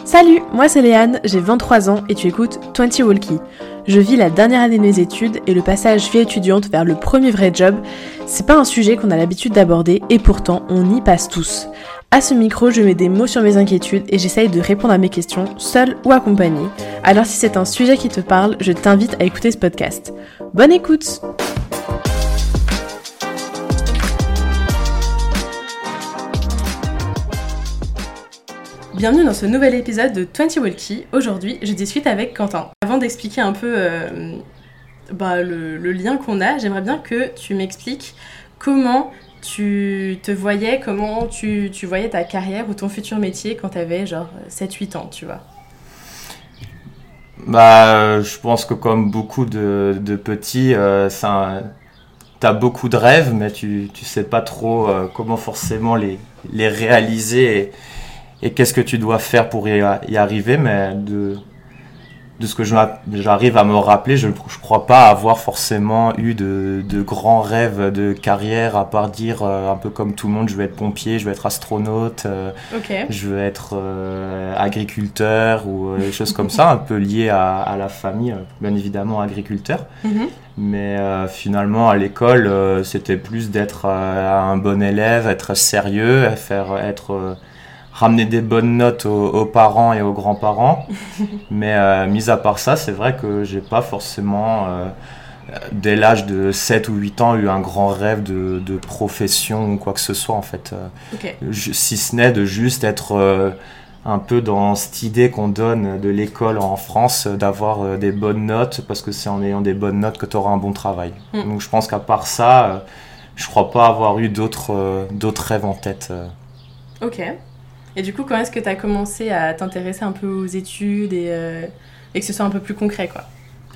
Salut, moi c'est Léane, j'ai 23 ans et tu écoutes 20 Walkie. Je vis la dernière année de mes études et le passage vie étudiante vers le premier vrai job, c'est pas un sujet qu'on a l'habitude d'aborder et pourtant on y passe tous. À ce micro, je mets des mots sur mes inquiétudes et j'essaye de répondre à mes questions, seule ou accompagnée. Alors si c'est un sujet qui te parle, je t'invite à écouter ce podcast. Bonne écoute! Bienvenue dans ce nouvel épisode de 20 Walkie. Aujourd'hui, je discute avec Quentin. Avant d'expliquer un peu le lien qu'on a, j'aimerais bien que tu m'expliques comment tu te voyais, comment tu voyais ta carrière ou ton futur métier quand tu avais genre 7-8 ans, tu vois. Je pense que comme beaucoup de petits, t'as beaucoup de rêves, mais tu sais pas trop comment forcément les réaliser et qu'est-ce que tu dois faire pour y arriver, mais de ce que j'arrive à me rappeler, je crois pas avoir forcément eu de grands rêves de carrière, à part dire un peu comme tout le monde, je veux être pompier, je veux être astronaute, je veux être agriculteur ou des choses comme ça, un peu liées à la famille, bien évidemment agriculteur. Mm-hmm. Mais finalement à l'école, c'était plus d'être un bon élève, être sérieux, ramener des bonnes notes aux parents et aux grands-parents. Mais mis à part ça, c'est vrai que j'ai pas forcément, dès l'âge de 7 ou 8 ans, eu un grand rêve de profession ou quoi que ce soit, en fait. Si ce n'est de juste être un peu dans cette idée qu'on donne de l'école en France, d'avoir des bonnes notes, parce que c'est en ayant des bonnes notes que tu auras un bon travail. Donc je pense qu'à part ça, je crois pas avoir eu d'autres rêves en tête. Ok. Et du coup, quand est-ce que tu as commencé à t'intéresser un peu aux études et que ce soit un peu plus concret, quoi ?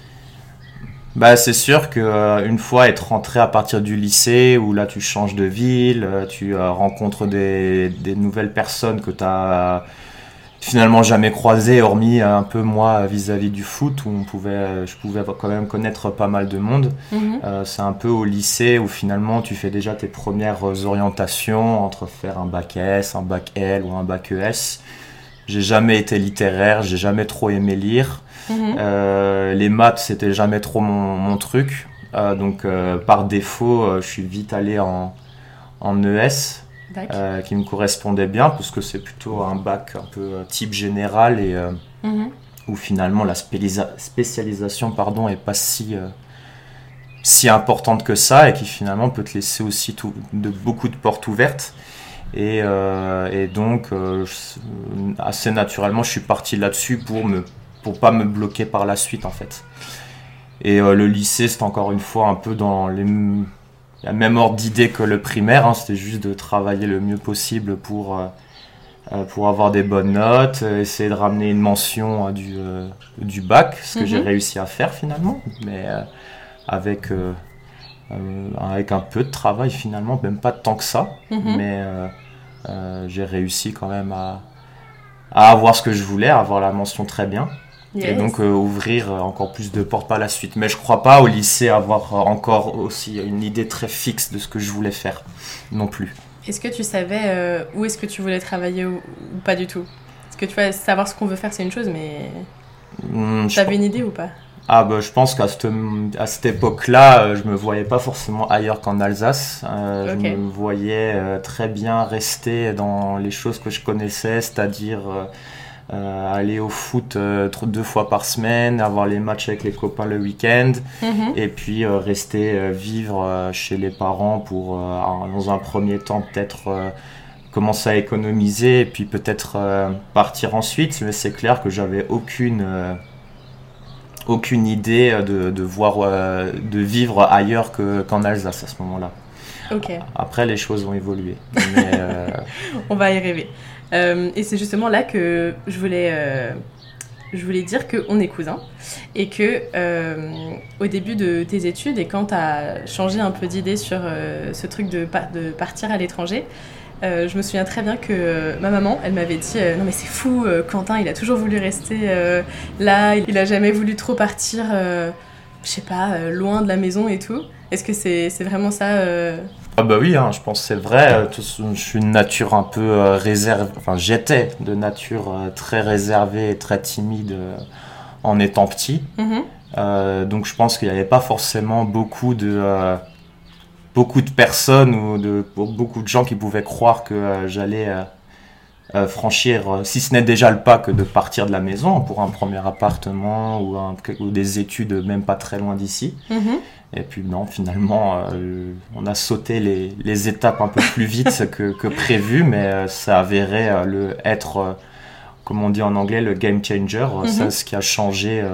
C'est sûr qu'une fois être rentré à partir du lycée, où là tu changes de ville, tu rencontres des nouvelles personnes que tu as finalement jamais croisées, hormis un peu moi vis-à-vis du foot, où je pouvais quand même connaître pas mal de monde. Mm-hmm. C'est un peu au lycée où finalement tu fais déjà tes premières orientations entre faire un bac S, un bac L ou un bac ES. J'ai jamais été littéraire, j'ai jamais trop aimé lire. Mm-hmm. Les maths, c'était jamais trop mon truc. Donc par défaut, je suis vite allé en ES. Qui me correspondait bien parce que c'est plutôt un bac un peu type général et où finalement la spécialisation est pas si importante que ça et qui finalement peut te laisser aussi beaucoup de portes ouvertes et donc assez naturellement je suis parti là-dessus pour pas me bloquer par la suite en fait. Et le lycée c'est encore une fois un peu dans la même ordre d'idée que le primaire, c'était juste de travailler le mieux possible pour avoir des bonnes notes, essayer de ramener une mention du bac, ce que j'ai réussi à faire finalement, mais avec un peu de travail finalement, même pas tant que ça, mais j'ai réussi quand même à avoir ce que je voulais, à avoir la mention très bien. Yes. Et donc ouvrir encore plus de portes par la suite. Mais je crois pas au lycée avoir encore aussi une idée très fixe de ce que je voulais faire non plus. Est-ce que tu savais où est-ce que tu voulais travailler ou pas du tout ? Parce que tu vois, savoir ce qu'on veut faire c'est une chose, mais t'avais une idée ou pas ? Je pense qu'à cette époque-là, je me voyais pas forcément ailleurs qu'en Alsace. Je me voyais très bien rester dans les choses que je connaissais, c'est-à-dire aller au foot 2 fois par semaine, avoir les matchs avec les copains le week-end, et puis rester vivre chez les parents pour, dans un premier temps, peut-être commencer à économiser et puis peut-être partir ensuite. Mais c'est clair que j'avais aucune idée de vivre ailleurs qu'en Alsace à ce moment-là. Okay. Après, les choses ont évolué. Mais, on va y rêver. Et c'est justement là que je voulais dire qu'on est cousins et que au début de tes études et quand tu as changé un peu d'idée sur ce truc de partir à l'étranger, je me souviens très bien que ma maman, elle m'avait dit non mais c'est fou, Quentin il a toujours voulu rester là, il a jamais voulu trop partir, loin de la maison et tout. Est-ce que c'est vraiment ça Ah bah oui, hein, je pense que c'est vrai. Je suis une nature un peu réservée. Enfin, j'étais de nature très réservée et très timide en étant petit. Donc je pense qu'il n'y avait pas forcément beaucoup de personnes ou beaucoup de gens qui pouvaient croire que j'allais franchir, si ce n'est déjà le pas que de partir de la maison pour un premier appartement ou des études même pas très loin d'ici. Et puis non, finalement, on a sauté les étapes un peu plus vite que prévu, mais ça avérait être, comme on dit en anglais, le game changer. C'est ce qui a changé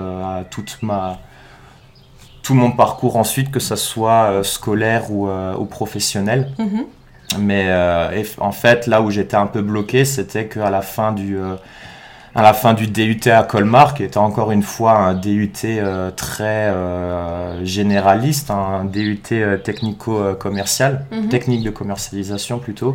tout mon parcours ensuite, que ça soit scolaire ou professionnel. Mais en fait, là où j'étais un peu bloqué, c'était qu'à la fin du DUT à Colmar, qui était encore une fois un DUT très généraliste, un DUT technico-commercial, technique de commercialisation plutôt.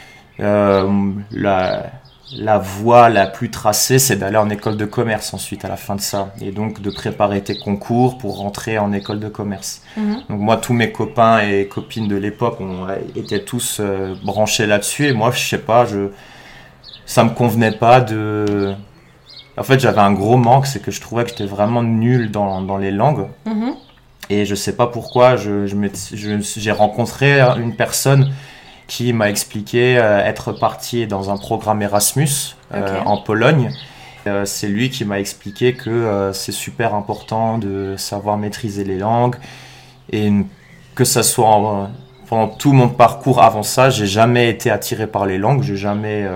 La voie la plus tracée, c'est d'aller en école de commerce ensuite à la fin de ça, et donc de préparer tes concours pour rentrer en école de commerce. Donc moi, tous mes copains et copines de l'époque étaient tous branchés là-dessus, et moi, je sais pas, ça me convenait pas de... En fait, j'avais un gros manque, c'est que je trouvais que j'étais vraiment nul dans les langues. Et je sais pas pourquoi, j'ai rencontré une personne qui m'a expliqué être parti dans un programme Erasmus en Pologne. C'est lui qui m'a expliqué que c'est super important de savoir maîtriser les langues, et que ça soit pendant tout mon parcours avant ça, j'ai jamais été attiré par les langues, j'ai jamais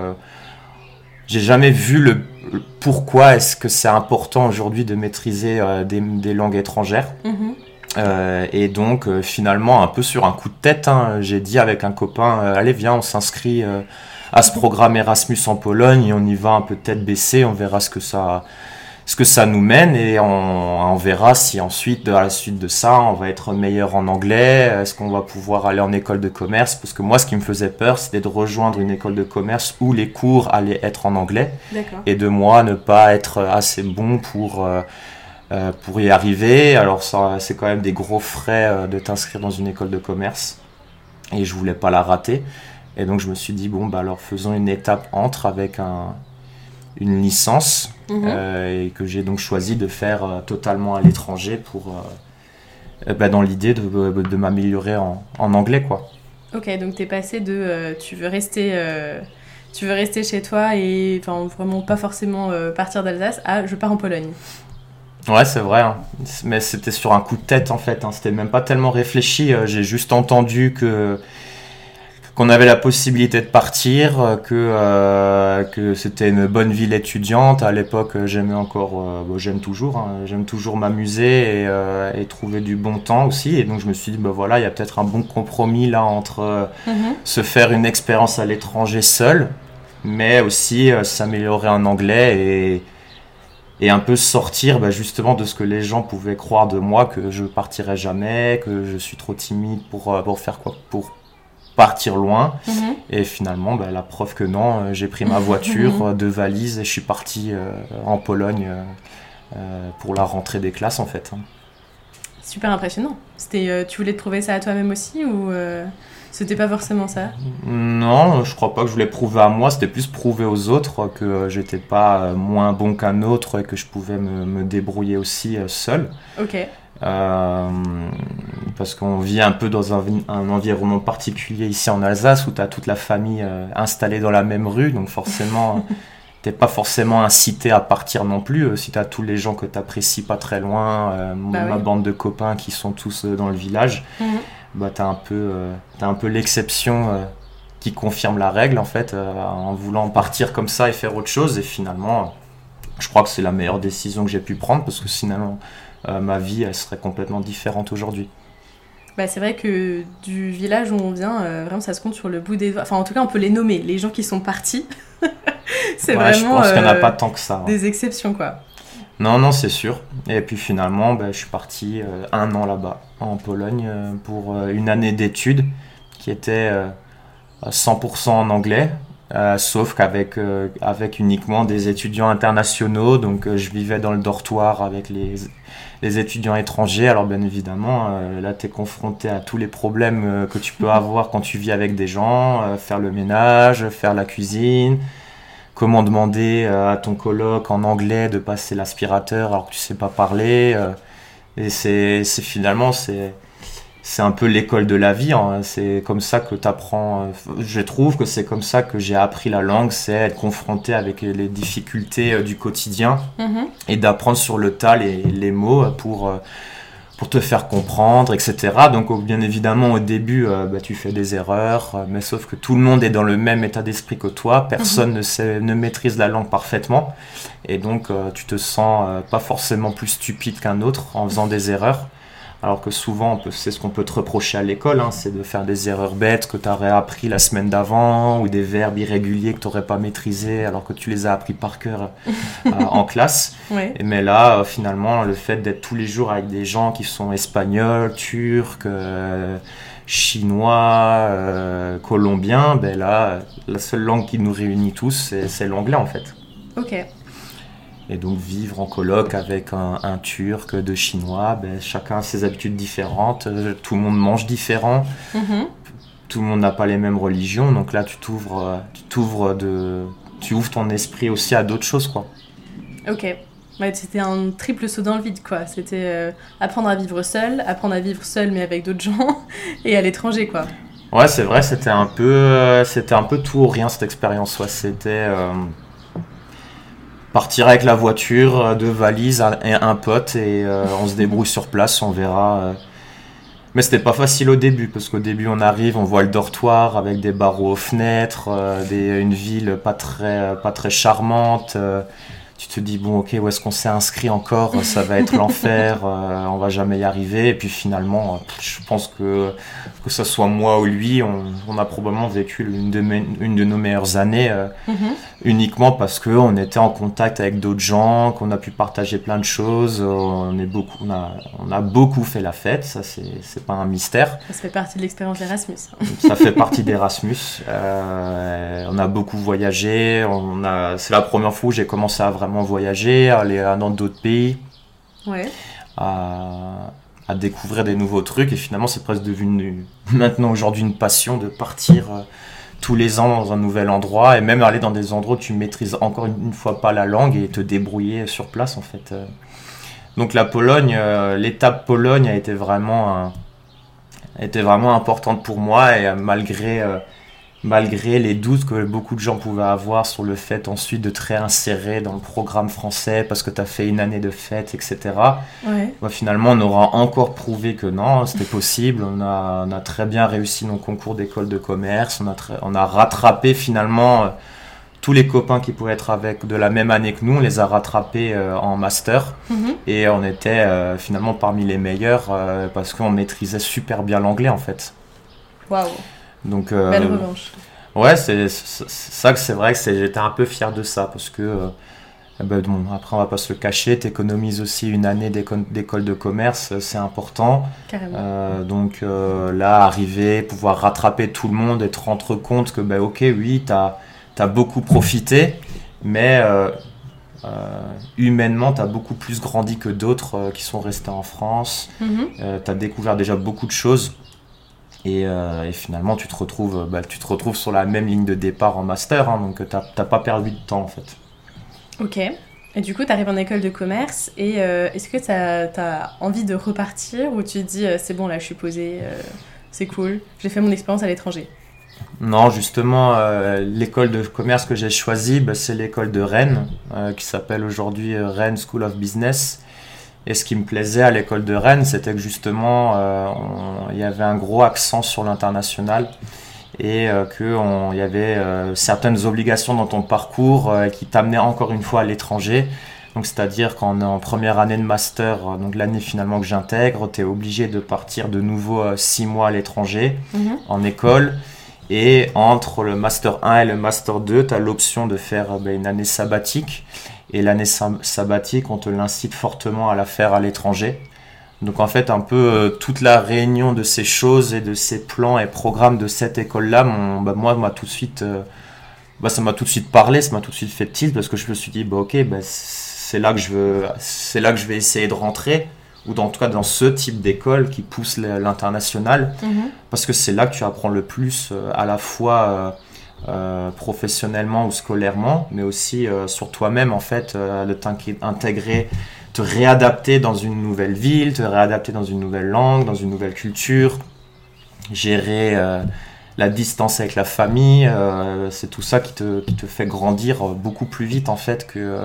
vu pourquoi est-ce que c'est important aujourd'hui de maîtriser des langues étrangères. Et donc finalement, un peu sur un coup de tête, j'ai dit avec un copain, allez viens, on s'inscrit à ce programme Erasmus en Pologne, et on y va un peu tête baissée, on verra ce que ça nous mène, et on verra si ensuite, à la suite de ça, on va être meilleur en anglais, est-ce qu'on va pouvoir aller en école de commerce, parce que moi, ce qui me faisait peur, c'était de rejoindre une école de commerce où les cours allaient être en anglais. D'accord. Et de moi ne pas être assez bon pour y arriver. Alors ça, c'est quand même des gros frais de t'inscrire dans une école de commerce, et je voulais pas la rater. Et donc je me suis dit, bon, bah alors faisons une étape avec une licence, et que j'ai donc choisi de faire totalement à l'étranger pour dans l'idée de m'améliorer en anglais, quoi. Ok, donc t'es passé de tu veux rester chez toi et vraiment pas forcément partir d'Alsace à je pars en Pologne. Ouais, c'est vrai, hein. Mais c'était sur un coup de tête en fait, hein. C'était même pas tellement réfléchi, j'ai juste entendu qu'on avait la possibilité de partir, que c'était une bonne ville étudiante. À l'époque, j'aimais encore, j'aime toujours, hein. J'aime toujours m'amuser et trouver du bon temps aussi. Et donc je me suis dit, voilà, il y a peut-être un bon compromis là entre se faire une expérience à l'étranger seul, mais aussi s'améliorer en anglais et un peu sortir justement de ce que les gens pouvaient croire de moi, que je partirais jamais, que je suis trop timide pour faire quoi, pour partir loin. Et finalement, la preuve que non, j'ai pris ma voiture, 2 valises, et je suis parti en Pologne pour la rentrée des classes en fait. Super impressionnant. Tu voulais te prouver ça à toi-même aussi, ou c'était pas forcément ça? Non, je crois pas que je voulais prouver à moi, c'était plus prouver aux autres que j'étais pas moins bon qu'un autre et que je pouvais me débrouiller aussi seul. Ok. Parce qu'on vit un peu dans un environnement particulier ici en Alsace, où tu as toute la famille installée dans la même rue, donc forcément t'es pas forcément incité à partir non plus. Si tu as tous les gens que tu apprécies pas très loin, ma bande de copains qui sont tous dans le village, t'as un peu l'exception qui confirme la règle en fait, en voulant partir comme ça et faire autre chose. Et finalement, je crois que c'est la meilleure décision que j'ai pu prendre, parce que sinon ma vie elle serait complètement différente aujourd'hui. C'est vrai que du village où on vient, vraiment ça se compte sur le bout des doigts. Enfin, en tout cas, on peut les nommer, les gens qui sont partis. C'est vraiment. Je pense qu'il n'y en a pas tant que ça. Des exceptions, quoi. Non, c'est sûr. Et puis finalement, je suis parti 1 an là-bas, en Pologne, pour une année d'études qui était 100% en anglais. sauf qu'avec avec uniquement des étudiants internationaux. Donc je vivais dans le dortoir avec les étudiants étrangers. Alors bien évidemment, là tu es confronté à tous les problèmes que tu peux avoir quand tu vis avec des gens, faire le ménage, faire la cuisine, comment demander à ton coloc en anglais de passer l'aspirateur alors que tu sais pas parler. Et c'est finalement c'est un peu l'école de la vie, hein. C'est comme ça que t'apprends. Je trouve que c'est comme ça que j'ai appris la langue, c'est être confronté avec les difficultés du quotidien et d'apprendre sur le tas les mots pour te faire comprendre, etc. Donc bien évidemment au début tu fais des erreurs, mais sauf que tout le monde est dans le même état d'esprit que toi, personne ne maîtrise la langue parfaitement, et donc tu te sens pas forcément plus stupide qu'un autre en faisant des erreurs. Alors que souvent, c'est ce qu'on peut te reprocher à l'école, hein, c'est de faire des erreurs bêtes que tu aurais appris la semaine d'avant, ou des verbes irréguliers que tu n'aurais pas maîtrisés alors que tu les as appris par cœur en classe. Ouais. Mais là, finalement, le fait d'être tous les jours avec des gens qui sont espagnols, turcs, chinois, colombiens, ben là, la seule langue qui nous réunit tous, c'est l'anglais en fait. Ok. Et donc vivre en coloc avec un Turc, deux Chinois, chacun a ses habitudes différentes, tout le monde mange différent, tout le monde n'a pas les mêmes religions, donc là tu ouvres ton esprit aussi à d'autres choses, quoi. Ok, ouais, c'était un triple saut dans le vide, quoi. C'était apprendre à vivre seul mais avec d'autres gens, et à l'étranger, quoi. Ouais, c'est vrai, c'était un peu tout ou rien cette expérience, ouais. C'était partir avec la voiture, deux valises et un pote, et on se débrouille sur place, on verra. Mais c'était pas facile au début, parce qu'au début on arrive, on voit le dortoir avec des barreaux aux fenêtres, une ville pas très charmante. Tu te dis bon, ok, où est-ce qu'on s'est inscrit encore, ça va être l'enfer, on va jamais y arriver. Et puis finalement, je pense que ça soit moi ou lui, on a probablement vécu une de nos meilleures années, uniquement parce qu'on était en contact avec d'autres gens, qu'on a pu partager plein de choses. On a beaucoup fait la fête, ça c'est pas un mystère. Ça fait partie de l'expérience Erasmus. Ça fait partie d'Erasmus. On a beaucoup voyagé. C'est la première fois où j'ai commencé à vraiment voyager, à aller dans d'autres pays, ouais. à découvrir des nouveaux trucs. Et finalement, c'est presque devenu maintenant aujourd'hui une passion de partir tous les ans dans un nouvel endroit, et même aller dans des endroits où tu maîtrises encore une fois pas la langue et te débrouiller sur place en fait. Donc la Pologne, l'étape Pologne a été vraiment importante pour moi, et malgré les doutes que beaucoup de gens pouvaient avoir sur le fait ensuite de te réinsérer dans le programme français parce que tu as fait une année de fête, etc. Ouais. Finalement, on aura encore prouvé que non, c'était possible. On a très bien réussi nos concours d'école de commerce. On a rattrapé finalement tous les copains qui pouvaient être avec de la même année que nous. On les a rattrapés en master. Et on était finalement parmi les meilleurs parce qu'on maîtrisait super bien l'anglais en fait. Waouh. Donc, belle revanche. Ouais, c'est vrai que j'étais un peu fier de ça, parce que après on va pas se le cacher, t'économises aussi une année d'école de commerce, c'est important. Carrément. Donc là, arriver, pouvoir rattraper tout le monde et te rendre compte que ok, oui, t'as beaucoup profité, mais humainement t'as beaucoup plus grandi que d'autres qui sont restés en France. T'as découvert déjà beaucoup de choses. Et finalement, tu te retrouves sur la même ligne de départ en master, hein, donc t'as pas perdu de temps en fait. Ok. Et du coup, tu arrives en école de commerce, et est-ce que t'as envie de repartir, ou tu te dis c'est bon, là je suis posée, c'est cool, j'ai fait mon expérience à l'étranger? Non, justement, l'école de commerce que j'ai choisie, c'est l'école de Rennes, qui s'appelle aujourd'hui Rennes School of Business. Et ce qui me plaisait à l'école de Rennes, c'était que justement, il y avait un gros accent sur l'international, et qu'il y avait certaines obligations dans ton parcours qui t'amenaient encore une fois à l'étranger. Donc, c'est-à-dire quand on est en première année de master, donc l'année finalement que j'intègre, tu es obligé de partir de nouveau 6 mois à l'étranger en école. Et entre le master 1 et le master 2, tu as l'option de faire une année sabbatique. Et l'année sabbatique, on te l'incite fortement à la faire à l'étranger. Donc en fait, un peu toute la réunion de ces choses et de ces plans et programmes de cette école-là, m'a tout de suite bah, ça m'a tout de suite parlé, ça m'a tout de suite fait tilt parce que je me suis dit, bah, ok, bah, c'est là que je vais essayer de rentrer, ou en tout cas dans ce type d'école qui pousse l'international, parce que c'est là que tu apprends le plus à la fois professionnellement ou scolairement, mais aussi sur toi-même en fait, de t'intégrer, te réadapter dans une nouvelle ville, te réadapter dans une nouvelle langue, dans une nouvelle culture, gérer la distance avec la famille, c'est tout ça qui te fait grandir beaucoup plus vite en fait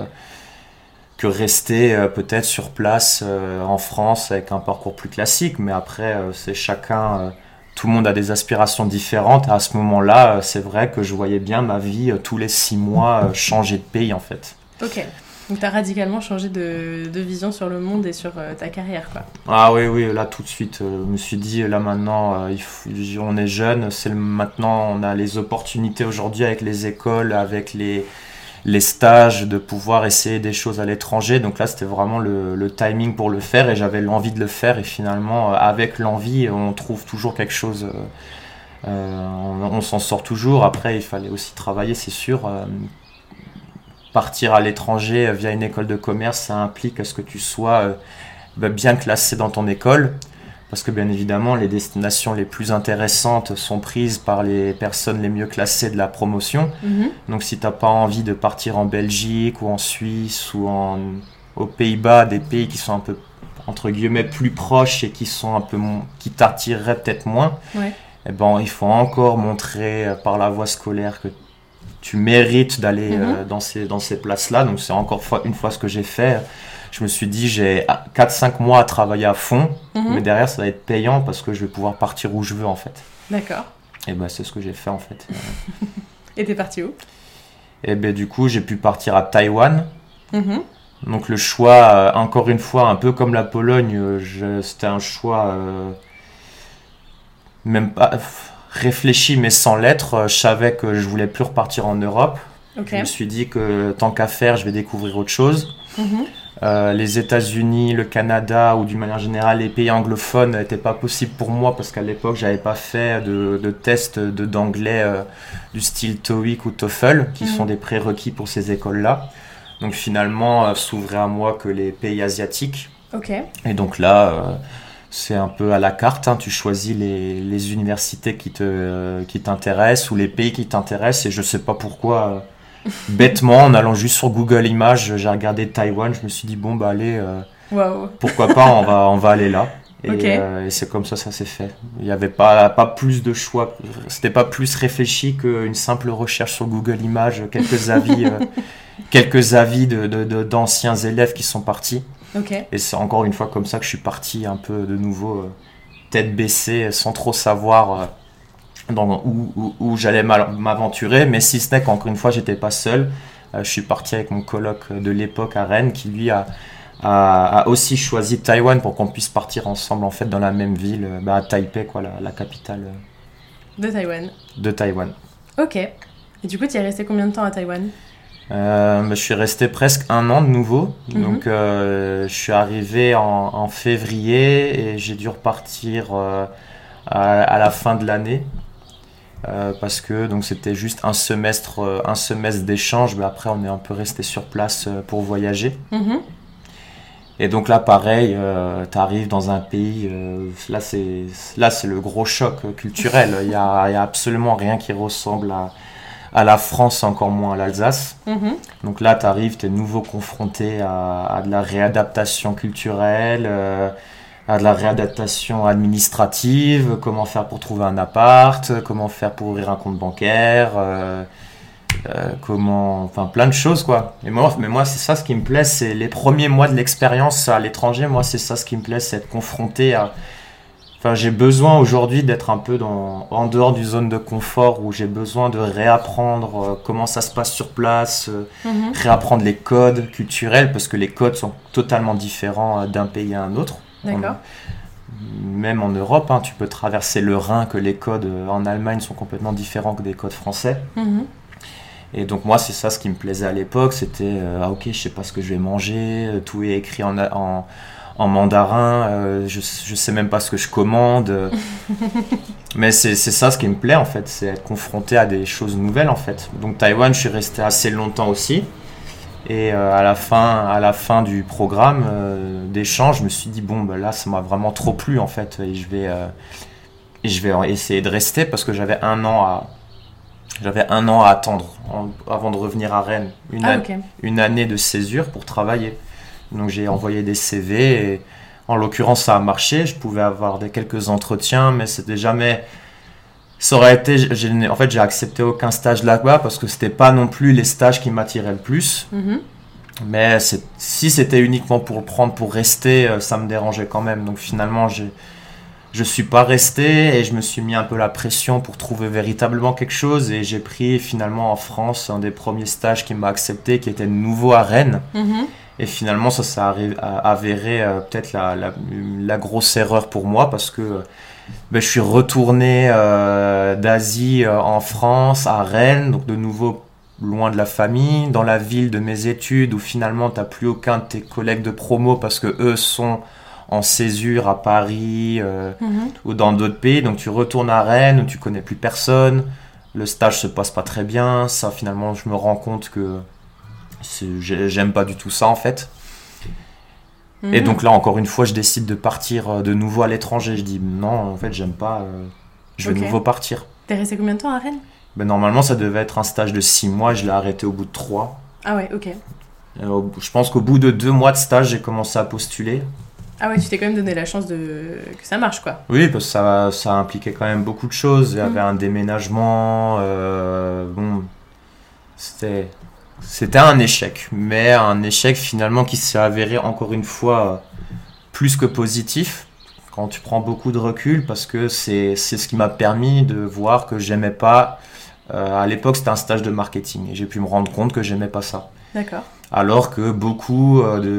que rester peut-être sur place en France avec un parcours plus classique. Mais après, c'est chacun, tout le monde a des aspirations différentes. À ce moment-là, c'est vrai que je voyais bien ma vie tous les 6 mois changer de pays en fait. Ok. Donc tu as radicalement changé de vision sur le monde et sur ta carrière, quoi. Ah oui, là tout de suite, je me suis dit, là maintenant, on est jeune, maintenant on a les opportunités aujourd'hui avec les écoles, avec les stages, de pouvoir essayer des choses à l'étranger. Donc là c'était vraiment le timing pour le faire et j'avais l'envie de le faire et finalement avec l'envie on trouve toujours quelque chose, on s'en sort toujours. Après il fallait aussi travailler, c'est sûr. Partir à l'étranger via une école de commerce, ça implique à ce que tu sois bien classé dans ton école, parce que bien évidemment les destinations les plus intéressantes sont prises par les personnes les mieux classées de la promotion. Donc si tu n'as pas envie de partir en Belgique ou en Suisse ou aux Pays-Bas, des pays qui sont un peu entre guillemets plus proches et qui sont qui t'attireraient peut-être moins, eh ben, il faut encore montrer par la voie scolaire que tu mérites d'aller dans ces places-là. Donc c'est encore une fois ce que j'ai fait. Je me suis dit, j'ai 4-5 mois à travailler à fond, mais derrière ça va être payant parce que je vais pouvoir partir où je veux en fait. D'accord. Et ben c'est ce que j'ai fait en fait. Et t'es parti où? Et ben du coup j'ai pu partir à Taïwan. Donc le choix, encore une fois, un peu comme la Pologne, c'était un choix même pas réfléchi mais sans l'être. Je savais que je voulais plus repartir en Europe. Je me suis dit que tant qu'à faire, je vais découvrir autre chose. Les États-Unis, le Canada ou d'une manière générale les pays anglophones n'étaient pas possible pour moi parce qu'à l'époque j'avais pas fait de tests d'anglais du style TOEIC ou TOEFL qui sont des prérequis pour ces écoles-là. Donc finalement s'ouvrait à moi que les pays asiatiques. Et donc là c'est un peu à la carte, hein. Tu choisis les universités qui t'intéressent ou les pays qui t'intéressent et je sais pas pourquoi bêtement en allant juste sur Google Images j'ai regardé Taïwan, je me suis dit bon bah allez pourquoi pas, on va aller là et c'est comme ça s'est fait. Il n'y avait pas plus de choix, c'était pas plus réfléchi qu'une simple recherche sur Google Images, quelques avis d'anciens élèves qui sont partis. Et c'est encore une fois comme ça que je suis parti un peu de nouveau tête baissée sans trop savoir où j'allais m'aventurer, mais si ce n'est qu'encore une fois j'étais pas seul. Je suis parti avec mon coloc de l'époque à Rennes qui lui a aussi choisi Taïwan pour qu'on puisse partir ensemble en fait dans la même ville, à Taipei quoi, la capitale de Taïwan. Ok. Et du coup tu y es resté combien de temps à Taïwan? Je suis resté presque 1 an de nouveau. Donc je suis arrivé en février et j'ai dû repartir à la fin de l'année parce que donc c'était juste un semestre d'échange, mais après on est un peu resté sur place pour voyager. Et donc là pareil, tu arrives dans un pays, là c'est le gros choc culturel. Il y a absolument rien qui ressemble à la France, encore moins à l'Alsace. Donc là, tu arrives, tu es nouveau confronté à de la réadaptation culturelle, à de la réadaptation administrative, comment faire pour trouver un appart, comment faire pour ouvrir un compte bancaire, enfin plein de choses quoi. Mais moi c'est ça ce qui me plaît, c'est les premiers mois de l'expérience à l'étranger. Moi c'est ça ce qui me plaît, c'est être confronté à... Enfin, j'ai besoin aujourd'hui d'être un peu en dehors du zone de confort où j'ai besoin de réapprendre comment ça se passe sur place, réapprendre les codes culturels parce que les codes sont totalement différents d'un pays à un autre. D'accord. Même en Europe, hein, tu peux traverser le Rhin que les codes en Allemagne sont complètement différents que des codes français. Et donc moi c'est ça ce qui me plaisait à l'époque, c'était ok je sais pas ce que je vais manger, tout est écrit en mandarin, je sais même pas ce que je commande. Mais c'est ça ce qui me plaît en fait, c'est être confronté à des choses nouvelles en fait. Donc Taïwan, je suis resté assez longtemps aussi. Et à la fin du programme d'échange, je me suis dit bon bah là ça m'a vraiment trop plu en fait et je vais essayer de rester parce que j'avais un an à attendre avant de revenir à Rennes, une année de césure pour travailler. Donc j'ai envoyé des CV et en l'occurrence ça a marché, je pouvais avoir quelques entretiens mais c'était jamais... Ça aurait été... En fait j'ai accepté aucun stage là-bas parce que c'était pas non plus les stages qui m'attiraient le plus. Mais si c'était uniquement pour le prendre pour rester, ça me dérangeait quand même. Donc finalement je suis pas resté et je me suis mis un peu la pression pour trouver véritablement quelque chose et j'ai pris finalement en France un des premiers stages qui m'a accepté qui était nouveau à Rennes. Et finalement, ça s'est avéré peut-être la grosse erreur pour moi parce que je suis retourné d'Asie en France, à Rennes, donc de nouveau loin de la famille, dans la ville de mes études où finalement tu n'as plus aucun de tes collègues de promo parce que eux sont en césure à Paris ou dans d'autres pays. Donc tu retournes à Rennes où tu connais plus personne, le stage se passe pas très bien, ça finalement je me rends compte que j'aime pas du tout ça en fait. Et donc là encore une fois je décide de partir de nouveau à l'étranger. Je dis non en fait j'aime pas, je vais de nouveau partir. T'es resté combien de temps à Rennes? Normalement ça devait être un stage de 6 mois, je l'ai arrêté au bout de 3. Ah ouais, ok. Je pense qu'au bout de 2 mois de stage j'ai commencé à postuler. Ah ouais, tu t'es quand même donné la chance que ça marche quoi. Oui, parce que ça impliquait quand même beaucoup de choses. Il y avait un déménagement, c'était un échec, mais un échec finalement qui s'est avéré encore une fois plus que positif quand tu prends beaucoup de recul parce que c'est ce qui m'a permis de voir que j'aimais pas. À l'époque, c'était un stage de marketing et j'ai pu me rendre compte que j'aimais pas ça. D'accord. Alors que beaucoup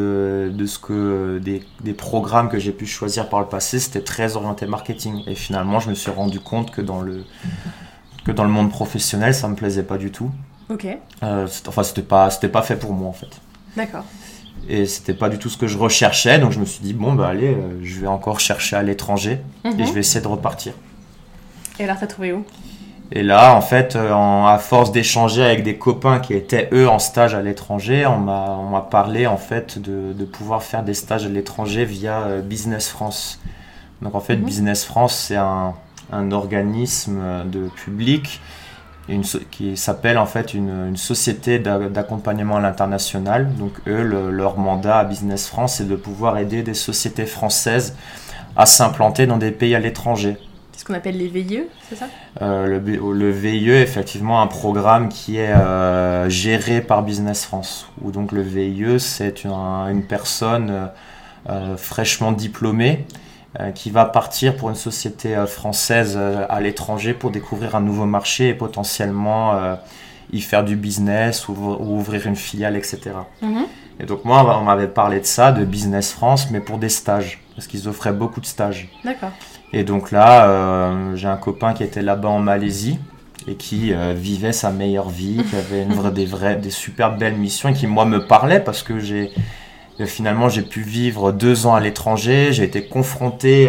des programmes que j'ai pu choisir par le passé, c'était très orienté marketing. Et finalement, je me suis rendu compte que dans le monde professionnel, ça me plaisait pas du tout. Ok. C'était pas fait pour moi en fait. D'accord. Et c'était pas du tout ce que je recherchais, donc je me suis dit bon bah allez, je vais encore chercher à l'étranger et je vais essayer de repartir. Et alors t'as trouvé où? Et là en fait, à force d'échanger avec des copains qui étaient eux en stage à l'étranger, on m'a parlé en fait de pouvoir faire des stages à l'étranger via Business France. Donc en fait Business France c'est un organisme de public qui s'appelle en fait une société d'accompagnement à l'international. Donc eux, leur mandat à Business France, c'est de pouvoir aider des sociétés françaises à s'implanter dans des pays à l'étranger. C'est ce qu'on appelle les VIE, c'est ça? Le VIE est effectivement un programme qui est géré par Business France. Où donc le VIE, c'est une personne fraîchement diplômée qui va partir pour une société française à l'étranger pour découvrir un nouveau marché et potentiellement y faire du business ou ouvrir une filiale, etc. Et donc moi, on m'avait parlé de ça, de Business France, mais pour des stages, parce qu'ils offraient beaucoup de stages. D'accord. Et donc là, j'ai un copain qui était là-bas en Malaisie et qui vivait sa meilleure vie, qui avait des super belles missions et qui, moi, me parlait parce que finalement, j'ai pu vivre 2 ans à l'étranger. J'ai été confronté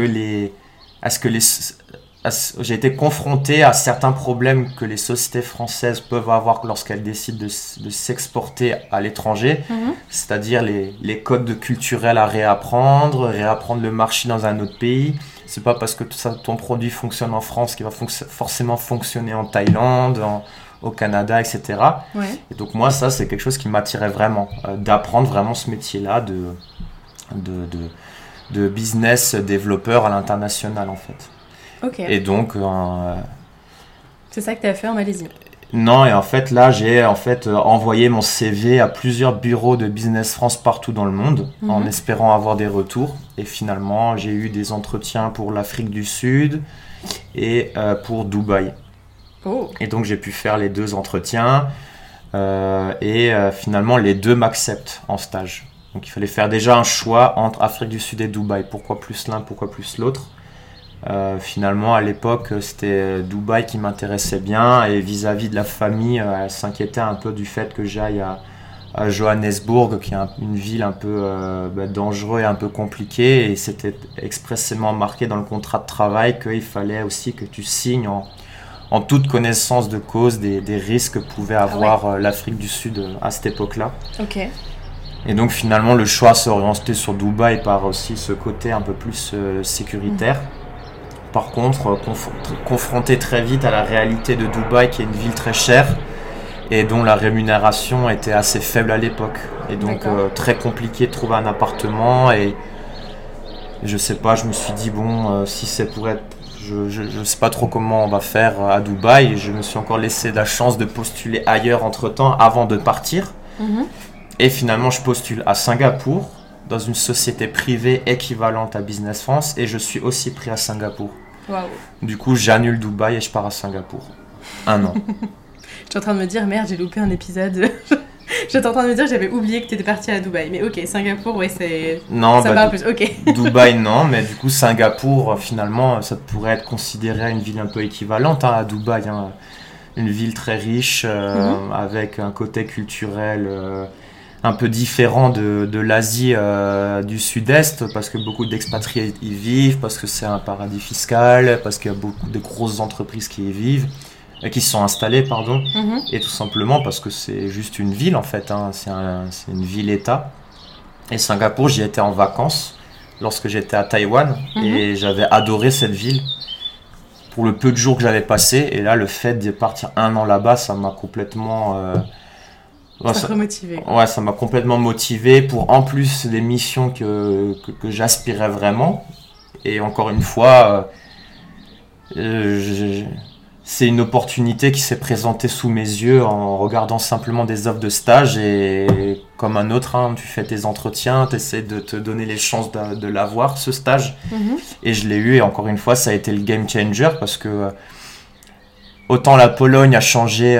j'ai été confronté à certains problèmes que les sociétés françaises peuvent avoir lorsqu'elles décident de s'exporter à l'étranger. C'est-à-dire les codes culturels à réapprendre le marché dans un autre pays. C'est pas parce que ton produit fonctionne en France qu'il va forcément fonctionner en Thaïlande, au Canada, etc. Ouais. Et donc moi, ça, c'est quelque chose qui m'attirait vraiment, d'apprendre vraiment ce métier-là de business développeur à l'international, en fait. Ok. Et donc... c'est ça que tu as fait en Malaisie? Non, et en fait, là, j'ai envoyé mon CV à plusieurs bureaux de Business France partout dans le monde, en espérant avoir des retours. Et finalement, j'ai eu des entretiens pour l'Afrique du Sud et pour Dubaï. Oh. Et donc j'ai pu faire les 2 entretiens et finalement les 2 m'acceptent en stage. Donc il fallait faire déjà un choix entre Afrique du Sud et Dubaï. Pourquoi plus l'un, pourquoi plus l'autre? Finalement à l'époque c'était Dubaï qui m'intéressait bien et vis-à-vis de la famille elle s'inquiétait un peu du fait que j'aille à Johannesburg, qui est une ville un peu dangereuse et un peu compliquée, et c'était expressément marqué dans le contrat de travail qu'il fallait aussi que tu signes en toute connaissance de cause des risques que pouvait avoir l'Afrique du Sud à cette époque-là. Ok. Et donc finalement le choix s'est orienté sur Dubaï par aussi ce côté un peu plus sécuritaire. Par contre, confronté très vite à la réalité de Dubaï, qui est une ville très chère, et dont la rémunération était assez faible à l'époque. Et donc très compliqué de trouver un appartement. Et je sais pas, je me suis dit, si c'est pour être... Je sais pas trop comment on va faire à Dubaï. Et je me suis encore laissé la chance de postuler ailleurs entre-temps avant de partir. Et finalement, je postule à Singapour, dans une société privée équivalente à Business France. Et je suis aussi pris à Singapour. Wow. Du coup, j'annule Dubaï et je pars à Singapour. 1 an. Je suis en train de me dire, merde, j'ai loupé un épisode. J'étais en train de me dire, j'avais oublié que t'étais partie à Dubaï. Mais ok, Singapour, ouais, ça parle plus. Ok. Dubaï, non, mais du coup, Singapour, finalement, ça pourrait être considéré une ville un peu équivalente à Dubaï. Une ville très riche, avec un côté culturel un peu différent de l'Asie du Sud-Est, parce que beaucoup d'expatriés y vivent, parce que c'est un paradis fiscal, parce qu'il y a beaucoup de grosses entreprises qui y vivent. Qui se sont installés, et tout simplement parce que c'est juste une ville en fait, c'est une ville-État. Et Singapour, j'y étais en vacances lorsque j'étais à Taïwan, et j'avais adoré cette ville pour le peu de jours que j'avais passé. Et là, le fait de partir 1 an là-bas, ça m'a complètement... ça m'a complètement motivé pour en plus des missions que j'aspirais vraiment. Et encore une fois, c'est une opportunité qui s'est présentée sous mes yeux en regardant simplement des offres de stage, et comme un autre, tu fais tes entretiens, tu essaies de te donner les chances de l'avoir, ce stage. Et je l'ai eu, et encore une fois, ça a été le game changer, parce que autant la Pologne a changé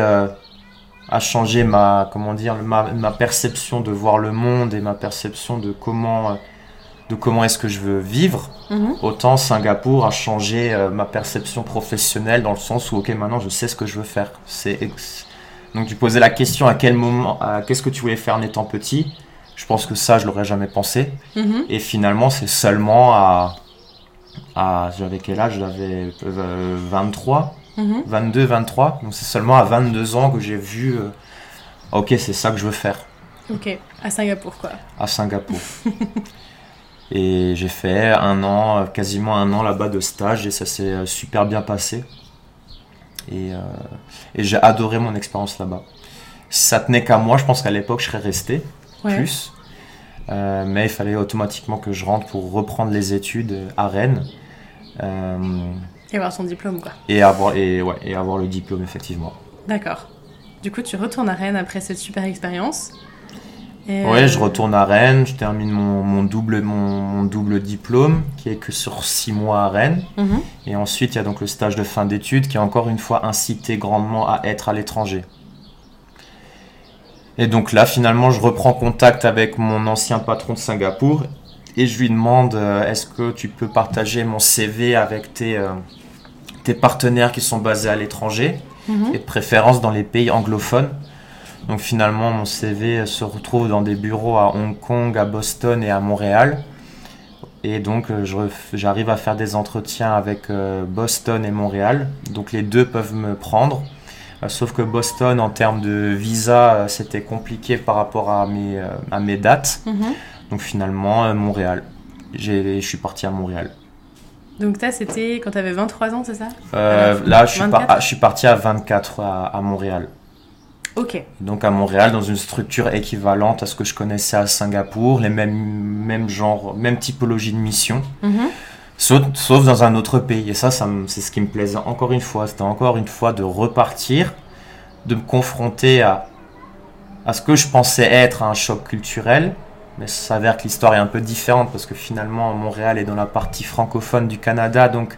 ma perception de voir le monde et ma perception de comment est-ce que je veux vivre, autant Singapour a changé ma perception professionnelle, dans le sens où maintenant je sais ce que je veux faire. Donc tu posais la question à quel moment, qu'est-ce que tu voulais faire en étant petit. Je pense que ça, je l'aurais jamais pensé. Et finalement, c'est seulement j'avais quel âge? J'avais 23, 22, 23. Donc c'est seulement à 22 ans que j'ai vu, ok, c'est ça que je veux faire. Ok, à Singapour quoi. À Singapour. Et j'ai fait quasiment 1 an là-bas de stage, et ça s'est super bien passé. Et j'ai adoré mon expérience là-bas. Si ça tenait qu'à moi, je pense qu'à l'époque, je serais resté plus. Mais il fallait automatiquement que je rentre pour reprendre les études à Rennes. Et avoir son diplôme, quoi. Et avoir le diplôme, effectivement. D'accord. Du coup, tu retournes à Rennes après cette super expérience. Oui, je retourne à Rennes, je termine mon double diplôme, qui est que sur 6 mois à Rennes. Et ensuite, il y a donc le stage de fin d'études, qui a encore une fois incité grandement à être à l'étranger. Et donc là, finalement, je reprends contact avec mon ancien patron de Singapour, et je lui demande, est-ce que tu peux partager mon CV avec tes partenaires qui sont basés à l'étranger, et de préférence dans les pays anglophones. Donc finalement, mon CV se retrouve dans des bureaux à Hong Kong, à Boston et à Montréal. Et donc j'arrive à faire des entretiens avec Boston et Montréal. Donc les deux peuvent me prendre. Sauf que Boston, en termes de visa, c'était compliqué par rapport à mes dates. Donc finalement, Montréal. Je suis parti à Montréal. Donc ça, c'était quand tu avais 23 ans, c'est ça? Là, je suis parti à 24 à Montréal. Ok. Donc à Montréal, dans une structure équivalente à ce que je connaissais à Singapour, les mêmes typologie de mission, sauf dans un autre pays. Et ça c'est ce qui me plaisait encore une fois. C'était encore une fois de repartir, de me confronter à ce que je pensais être un choc culturel. Mais ça s'avère que l'histoire est un peu différente, parce que finalement Montréal est dans la partie francophone du Canada, donc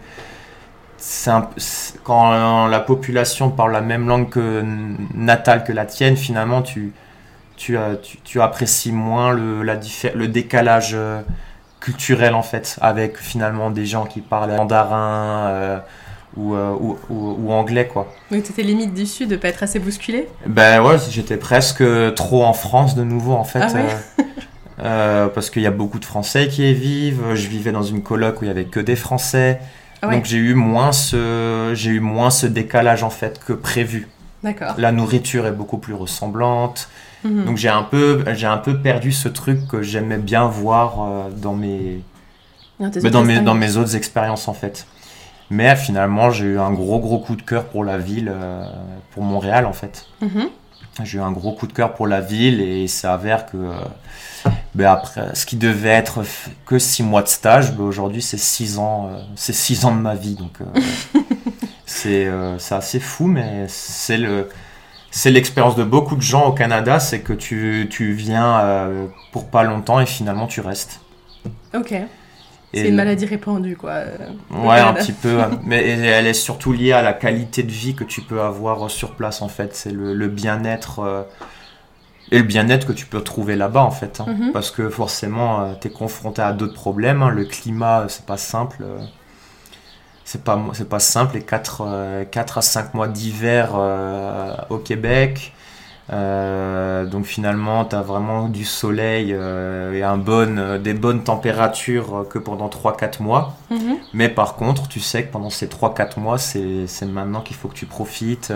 quand la population parle la même langue natale que la tienne, finalement tu apprécies moins le décalage culturel en fait, avec finalement des gens qui parlent mandarin ou anglais, quoi. Donc t'étais limite déçu de pas être assez bousculé? Ben ouais, j'étais presque trop en France de nouveau, en fait. Ah ouais. Parce qu'il y a beaucoup de Français qui y vivent. Je vivais dans une coloc où il y avait que des Français. Ah ouais. Donc j'ai eu moins ce décalage, en fait, que prévu. D'accord. La nourriture est beaucoup plus ressemblante. Mhm. Donc j'ai un peu perdu ce truc que j'aimais bien voir dans mes autres expériences, en fait. Mais finalement, j'ai eu un gros coup de cœur pour la ville, pour Montréal, en fait. Mhm. J'ai eu un gros coup de cœur pour la ville et il s'avère que après, ce qui devait être que 6 mois de stage, aujourd'hui c'est 6 ans, c'est 6 ans de ma vie. Donc c'est assez fou, mais c'est l'expérience de beaucoup de gens au Canada, c'est que tu viens pour pas longtemps et finalement tu restes. Ok. Et C'est une maladie répandue, quoi. Ouais, un petit peu. Mais elle est surtout liée à la qualité de vie que tu peux avoir sur place, en fait. C'est le bien-être et le bien-être que tu peux trouver là-bas, en fait. Hein. Mhm. Parce que forcément, tu es confronté à d'autres problèmes. Hein. Le climat, c'est pas simple. C'est pas simple. Les 4 à 5 mois d'hiver au Québec. Donc finalement, tu as vraiment du soleil et des bonnes températures que pendant 3-4 mois. Mhm. Mais par contre, tu sais que pendant ces 3-4 mois, c'est maintenant qu'il faut que tu profites.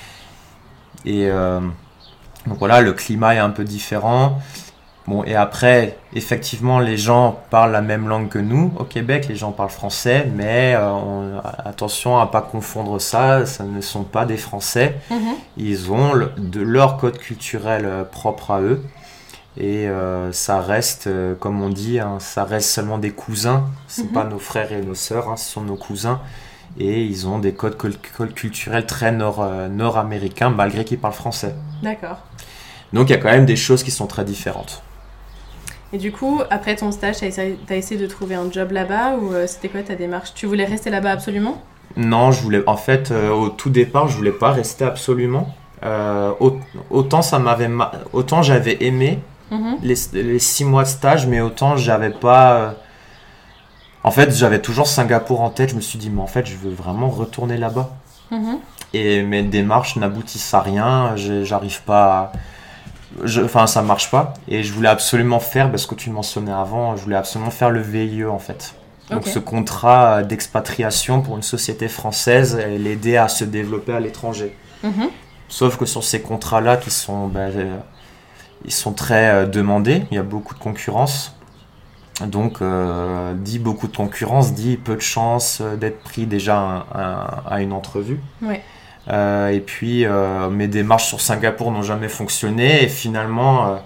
Donc voilà, le climat est un peu différent. Bon, et après, effectivement, les gens parlent la même langue que nous. Au Québec, les gens parlent français, mais attention à ne pas confondre ça. Ça ne sont pas des Français. Mhm. Ils ont de leur code culturel propre à eux. Et ça reste, comme on dit, hein, ça reste seulement des cousins. C'est pas nos frères et nos sœurs, hein, ce sont nos cousins. Et ils ont des codes culturels très nord-américains, malgré qu'ils parlent français. D'accord. Donc il y a quand même des choses qui sont très différentes. Et du coup, après ton stage, t'as essayé de trouver un job là-bas ou c'était quoi ta démarche? Tu voulais rester là-bas absolument? Non, en fait, au tout départ, je voulais pas rester absolument. Autant j'avais aimé Mhm. les 6 mois de stage, mais autant j'avais pas. En fait, j'avais toujours Singapour en tête. Je me suis dit, mais en fait, je veux vraiment retourner là-bas. Mhm. Et mes démarches n'aboutissent à rien. J'arrive pas. Enfin, ça marche pas. Et je voulais absolument faire, parce que tu le mentionnais avant, je voulais absolument faire le VIE, en fait. Donc Ok. ce contrat d'expatriation pour une société française et l'aider à se développer à l'étranger. Mhm. Sauf que sur ces contrats-là, ils sont très demandés, il y a beaucoup de concurrence. Donc, dit beaucoup de concurrence, dit peu de chances d'être pris déjà à une entrevue. Ouais. Et puis, mes démarches sur Singapour n'ont jamais fonctionné. Et finalement,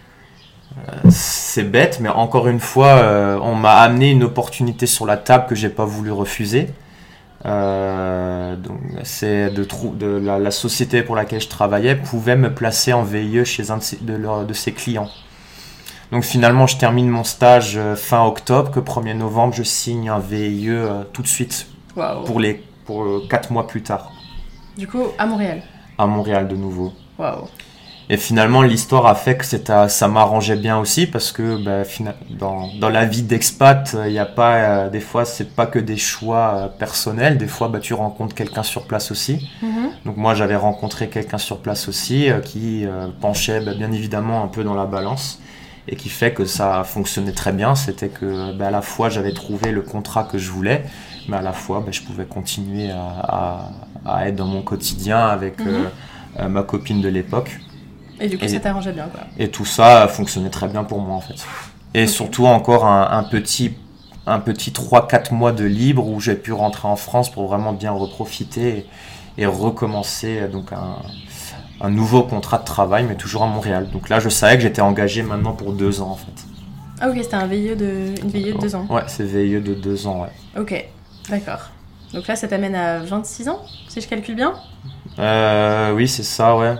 c'est bête, mais encore une fois, on m'a amené une opportunité sur la table que j'ai pas voulu refuser. Donc, c'est la société pour laquelle je travaillais pouvait me placer en VIE chez un de ses clients. Donc finalement, je termine mon stage fin octobre, que 1er novembre, je signe un VIE tout de suite Waouh. pour 4 mois plus tard, Du coup, à Montréal. à Montréal de nouveau. Waouh. Et finalement, l'histoire a fait que ça m'arrangeait bien aussi parce que dans la vie d'expat, il y a pas, des fois, c'est pas que des choix personnels. Des fois, tu rencontres quelqu'un sur place aussi. Mhm. Donc moi, j'avais rencontré quelqu'un sur place aussi qui penchait bien évidemment un peu dans la balance et qui fait que ça fonctionnait très bien. C'était que à la fois, j'avais trouvé le contrat que je voulais, mais à la fois, je pouvais continuer à être dans mon quotidien avec ma copine de l'époque. Et du coup, ça t'arrangeait bien, quoi. Et tout ça fonctionnait très bien pour moi, en fait. Et surtout, encore un petit 3-4 mois de libre où j'ai pu rentrer en France pour vraiment bien reprofiter et recommencer donc un nouveau contrat de travail, mais toujours à Montréal. Donc là, je savais que j'étais engagé maintenant pour 2 ans, en fait. Ah ok, c'était une VIE de 2 ans. Ouais, c'est VIE de 2 ans, ouais. Ok, d'accord. Donc là, ça t'amène à 26 ans, si je calcule bien? Oui, c'est ça, ouais.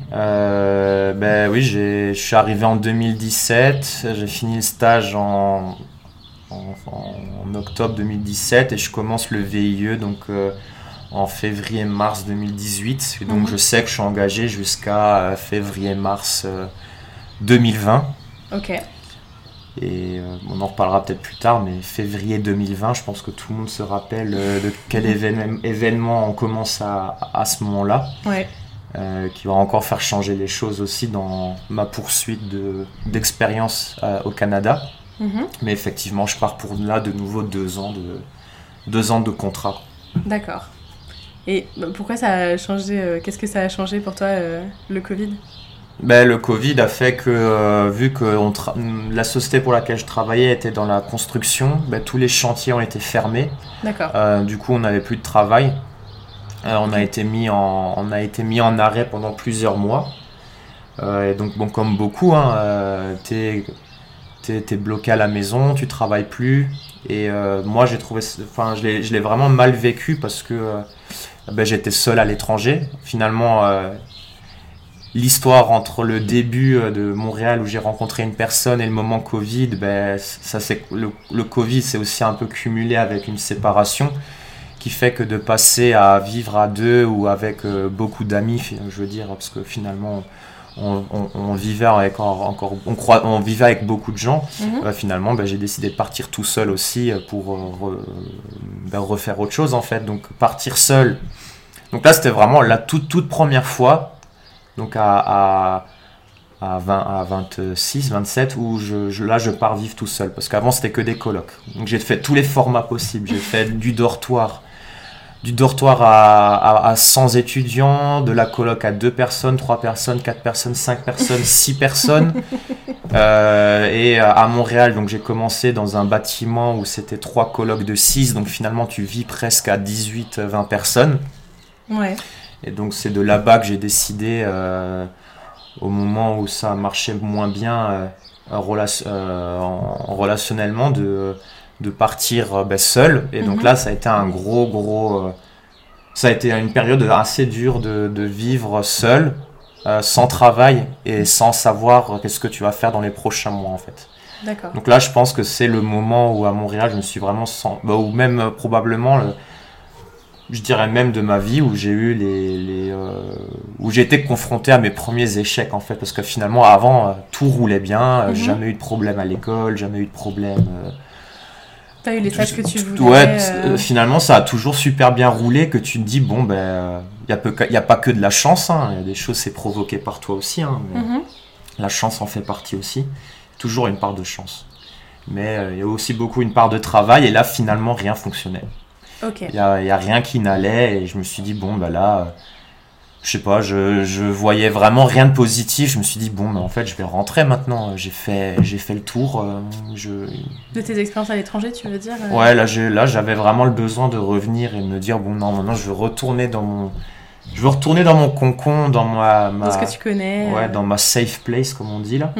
Oui, je suis arrivé en 2017, j'ai fini le stage en octobre 2017 et je commence le VIE donc en février-mars 2018. Et donc je sais que je suis engagé jusqu'à février-mars 2020. Ok. Et on en reparlera peut-être plus tard, mais février 2020, je pense que tout le monde se rappelle de quel événement on commence à ce moment-là. Ouais. Qui va encore faire changer les choses aussi dans ma poursuite d'expérience au Canada. Mais effectivement, je pars pour là de nouveau 2 ans de contrat. D'accord. Et pourquoi ça a changé qu'est-ce que ça a changé pour toi, le Covid ? Le Covid a fait que, vu que la société pour laquelle je travaillais était dans la construction, tous les chantiers ont été fermés. D'accord. Du coup, on n'avait plus de travail. On a été mis en arrêt pendant plusieurs mois. Et donc, bon, comme beaucoup, t'es bloqué à la maison, tu travailles plus. Et moi, je l'ai vraiment mal vécu parce que j'étais seul à l'étranger. Finalement, l'histoire entre le début de Montréal où j'ai rencontré une personne et le moment Covid, le Covid s'est aussi un peu cumulé avec une séparation qui fait que de passer à vivre à 2 ou avec beaucoup d'amis, je veux dire, parce que finalement on vivait avec on vivait avec beaucoup de gens. Finalement, j'ai décidé de partir tout seul aussi pour refaire autre chose en fait. Donc partir seul. Donc là, c'était vraiment la toute première fois. Donc à 26, 27 où je pars vivre tout seul parce qu'avant c'était que des colocs. Donc j'ai fait tous les formats possibles. J'ai fait du dortoir à 100 étudiants, de la coloc à 2 personnes, 3 personnes, 4 personnes, 5 personnes, 6 personnes. Et à Montréal, donc j'ai commencé dans un bâtiment où c'était 3 colocs de 6, donc finalement tu vis presque à 18, 20 personnes. Ouais. Et donc c'est de là-bas que j'ai décidé, au moment où ça marchait moins bien relationnellement, de partir seul. Et donc là, ça a été un gros... ça a été une période assez dure de vivre seul, sans travail et sans savoir qu'est-ce que tu vas faire dans les prochains mois en fait. D'accord. Donc là, je pense que c'est le moment où à Montréal, je me suis vraiment... ou même probablement... je dirais même de ma vie où j'ai eu où j'ai été confronté à mes premiers échecs en fait, parce que finalement avant tout roulait bien, jamais eu de problème à l'école, jamais eu de problème. T'as eu les tâches que tu voulais. Ouais, finalement ça a toujours super bien roulé, que tu te dis bon y a pas que de la chance, y a des choses c'est provoqué par toi aussi, mais la chance en fait partie aussi, toujours une part de chance. Mais il y a aussi beaucoup une part de travail et là finalement rien fonctionnait. Okay. Il y a rien qui n'allait et je me suis dit là je sais pas, je voyais vraiment rien de positif. Je me suis dit en fait je vais rentrer maintenant, j'ai fait le tour. De tes expériences à l'étranger, tu veux dire Ouais, là j'avais vraiment le besoin de revenir et de me dire maintenant je veux retourner dans mon cocon, dans ma dans ce que tu connais. Ouais, dans ma safe place comme on dit là.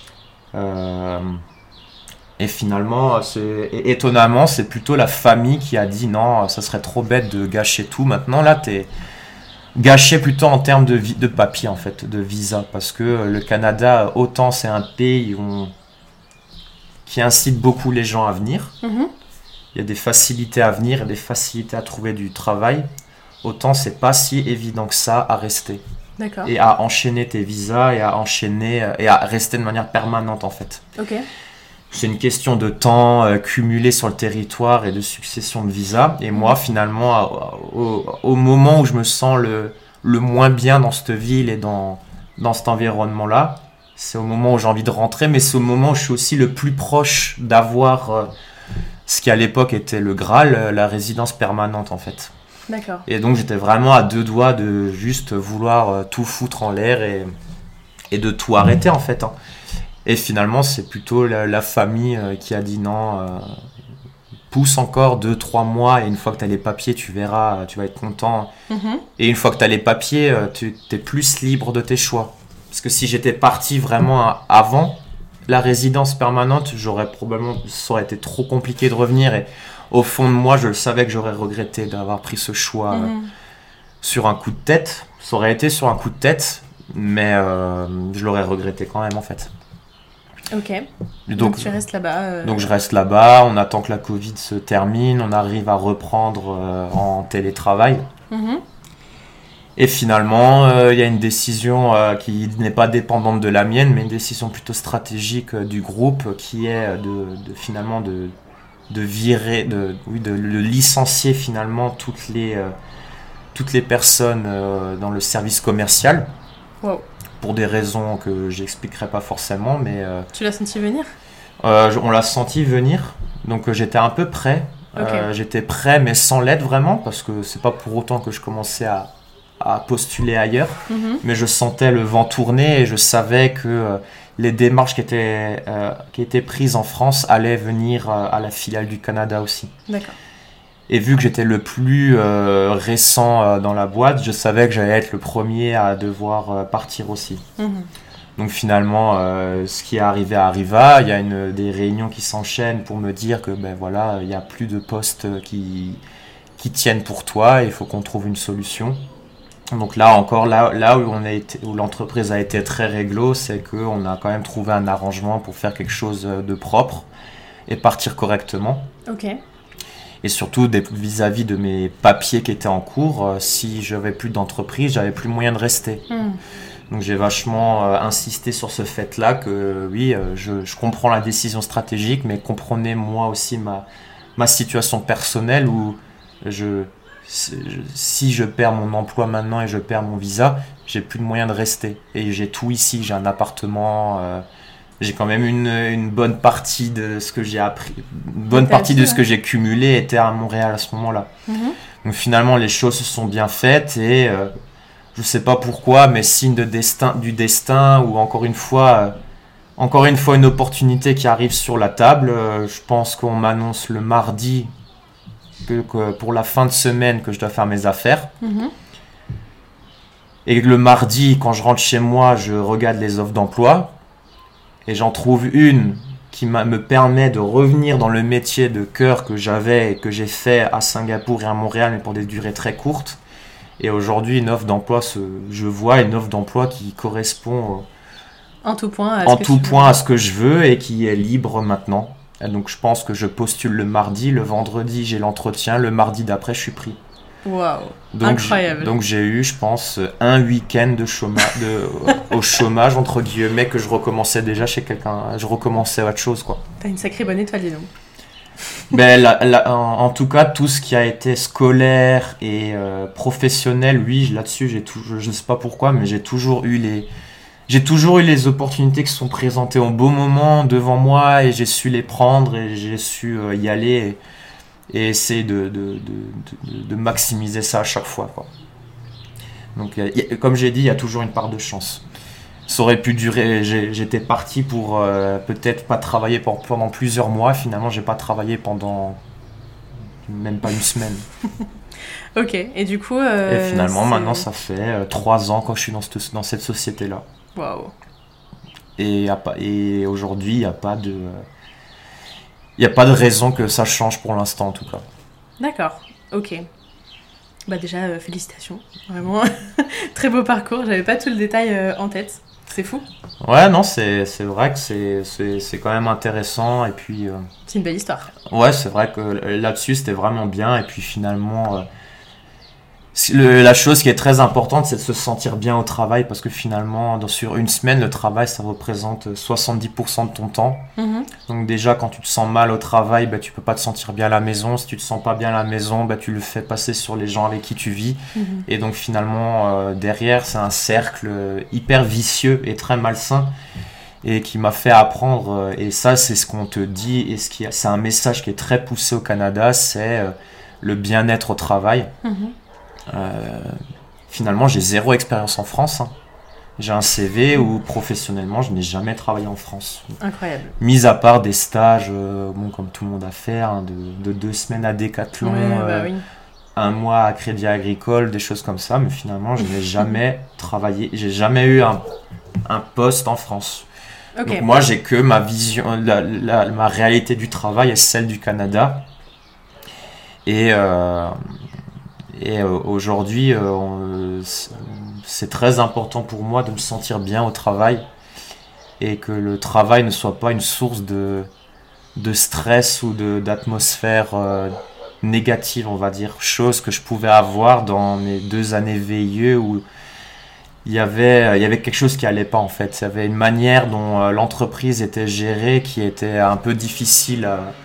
Et finalement, étonnamment, c'est plutôt la famille qui a dit non, ça serait trop bête de gâcher tout. Maintenant, là, t'es gâché plutôt en termes de papier, en fait, de visa. Parce que le Canada, autant c'est un pays qui incite beaucoup les gens à venir. Il y a des facilités à venir et des facilités à trouver du travail. Autant c'est pas si évident que ça à rester. D'accord. Et à enchaîner tes visas et à rester de manière permanente, en fait. Ok. C'est une question de temps cumulé sur le territoire et de succession de visas. Et moi, finalement, au moment où je me sens le moins bien dans cette ville et dans cet environnement-là, c'est au moment où j'ai envie de rentrer, mais c'est au moment où je suis aussi le plus proche d'avoir ce qui à l'époque était le Graal, la résidence permanente en fait. D'accord. Et donc j'étais vraiment à 2 doigts de juste vouloir tout foutre en l'air et de tout arrêter en fait. Et finalement, c'est plutôt la famille qui a dit non, pousse encore 2-3 mois et une fois que tu as les papiers, tu verras, tu vas être content. Et une fois que tu as les papiers, tu es plus libre de tes choix. Parce que si j'étais parti vraiment avant la résidence permanente, ça aurait été trop compliqué de revenir. Et au fond de moi, je le savais que j'aurais regretté d'avoir pris ce choix sur un coup de tête. Ça aurait été sur un coup de tête, mais je l'aurais regretté quand même en fait. Ok. Donc tu restes là-bas. Donc je reste là-bas, on attend que la Covid se termine, on arrive à reprendre en télétravail. Et finalement, il y a une décision qui n'est pas dépendante de la mienne, mais une décision plutôt stratégique du groupe qui est finalement de virer, de licencier finalement toutes les personnes dans le service commercial. Wow. Pour des raisons que j'expliquerai pas forcément, mais... Tu l'as senti venir ? On l'a senti venir, donc j'étais un peu prêt. Okay. J'étais prêt, mais sans l'être vraiment, parce que c'est pas pour autant que je commençais à postuler ailleurs, mais je sentais le vent tourner et je savais que les démarches qui étaient prises en France allaient venir à la filiale du Canada aussi. D'accord. Et vu que j'étais le plus récent dans la boîte, je savais que j'allais être le premier à devoir partir aussi. Donc finalement, ce qui est arrivé arriva. Il y a des réunions qui s'enchaînent pour me dire que il n'y a plus de postes qui tiennent pour toi et il faut qu'on trouve une solution. Donc là encore, là où l'entreprise a été très réglo, c'est qu'on a quand même trouvé un arrangement pour faire quelque chose de propre et partir correctement. Ok. Et surtout vis-à-vis de mes papiers qui étaient en cours, si j'avais plus d'entreprise, j'avais plus moyen de rester. Donc j'ai vachement insisté sur ce fait-là que oui, je comprends la décision stratégique, mais comprenez moi aussi ma situation personnelle où si je perds mon emploi maintenant et je perds mon visa, j'ai plus de moyen de rester. Et j'ai tout ici, j'ai un appartement, j'ai quand même une bonne partie de ce que j'ai appris, une bonne partie de ce que j'ai cumulé était à Montréal à ce moment-là. Donc finalement les choses se sont bien faites et je sais pas pourquoi, mais signe du destin ou encore une fois une opportunité qui arrive sur la table. Je pense qu'on m'annonce le mardi que pour la fin de semaine que je dois faire mes affaires. Et le mardi, quand je rentre chez moi, je regarde les offres d'emploi et j'en trouve une qui me permet de revenir dans le métier de cœur que j'avais et que j'ai fait à Singapour et à Montréal, mais pour des durées très courtes. Et aujourd'hui, je vois une offre d'emploi qui correspond en tout point à ce que je veux et qui est libre maintenant. Et donc je pense que je postule le mardi, le vendredi j'ai l'entretien, le mardi d'après je suis pris. Waouh, incroyable. Donc j'ai eu, je pense, un week-end de chômage, au chômage entre guillemets, que je recommençais déjà chez quelqu'un, je recommençais autre chose quoi. T'as une sacrée bonne étoile, dis donc. En tout cas, tout ce qui a été scolaire et professionnel, oui, là-dessus, je ne sais pas pourquoi, mais j'ai toujours eu les opportunités qui se sont présentées au bon moment devant moi et j'ai su les prendre et j'ai su y aller et essayer de maximiser ça à chaque fois, quoi. Donc, comme j'ai dit, il y a toujours une part de chance. Ça aurait pu durer, j'étais parti pour peut-être pas travailler pendant plusieurs mois. Finalement, j'ai pas travaillé pendant même pas une semaine. Ok, et du coup... et finalement, maintenant, ça fait 3 ans que je suis dans cette société-là. Waouh. Et aujourd'hui, il n'y a pas de raison que ça change pour l'instant, en tout cas. D'accord, ok. Déjà, félicitations. Vraiment, très beau parcours. J'avais pas tout le détail en tête. C'est fou. Ouais, non, c'est vrai que c'est quand même intéressant. Et puis, c'est une belle histoire. Ouais, c'est vrai que là-dessus, c'était vraiment bien. Et puis finalement, la chose qui est très importante, c'est de se sentir bien au travail. Parce que finalement, sur une semaine, le travail, ça représente 70% de ton temps. Donc déjà, quand tu te sens mal au travail, tu peux pas te sentir bien à la maison. Si tu te sens pas bien à la maison, tu le fais passer sur les gens avec qui tu vis. Et donc finalement, derrière, c'est un cercle hyper vicieux et très malsain. Et qui m'a fait apprendre, et ça c'est ce qu'on te dit, et c'est un message qui est très poussé au Canada, c'est le bien-être au travail. Finalement, j'ai 0 expérience en France. J'ai un CV où professionnellement, je n'ai jamais travaillé en France. Incroyable. Mis à part des stages, comme tout le monde a fait, de 2 semaines à Decathlon, oui. 1 mois à Crédit Agricole, des choses comme ça. Mais finalement, je n'ai jamais travaillé, j'ai jamais eu un poste en France. Okay. Donc moi, j'ai que ma vision, ma réalité du travail est celle du Canada. Et aujourd'hui, c'est très important pour moi de me sentir bien au travail et que le travail ne soit pas une source de stress ou d'atmosphère négatives, on va dire, choses que je pouvais avoir dans mes 2 années VIE où il y avait quelque chose qui allait pas en fait. Il y avait une manière dont l'entreprise était gérée qui était un peu difficile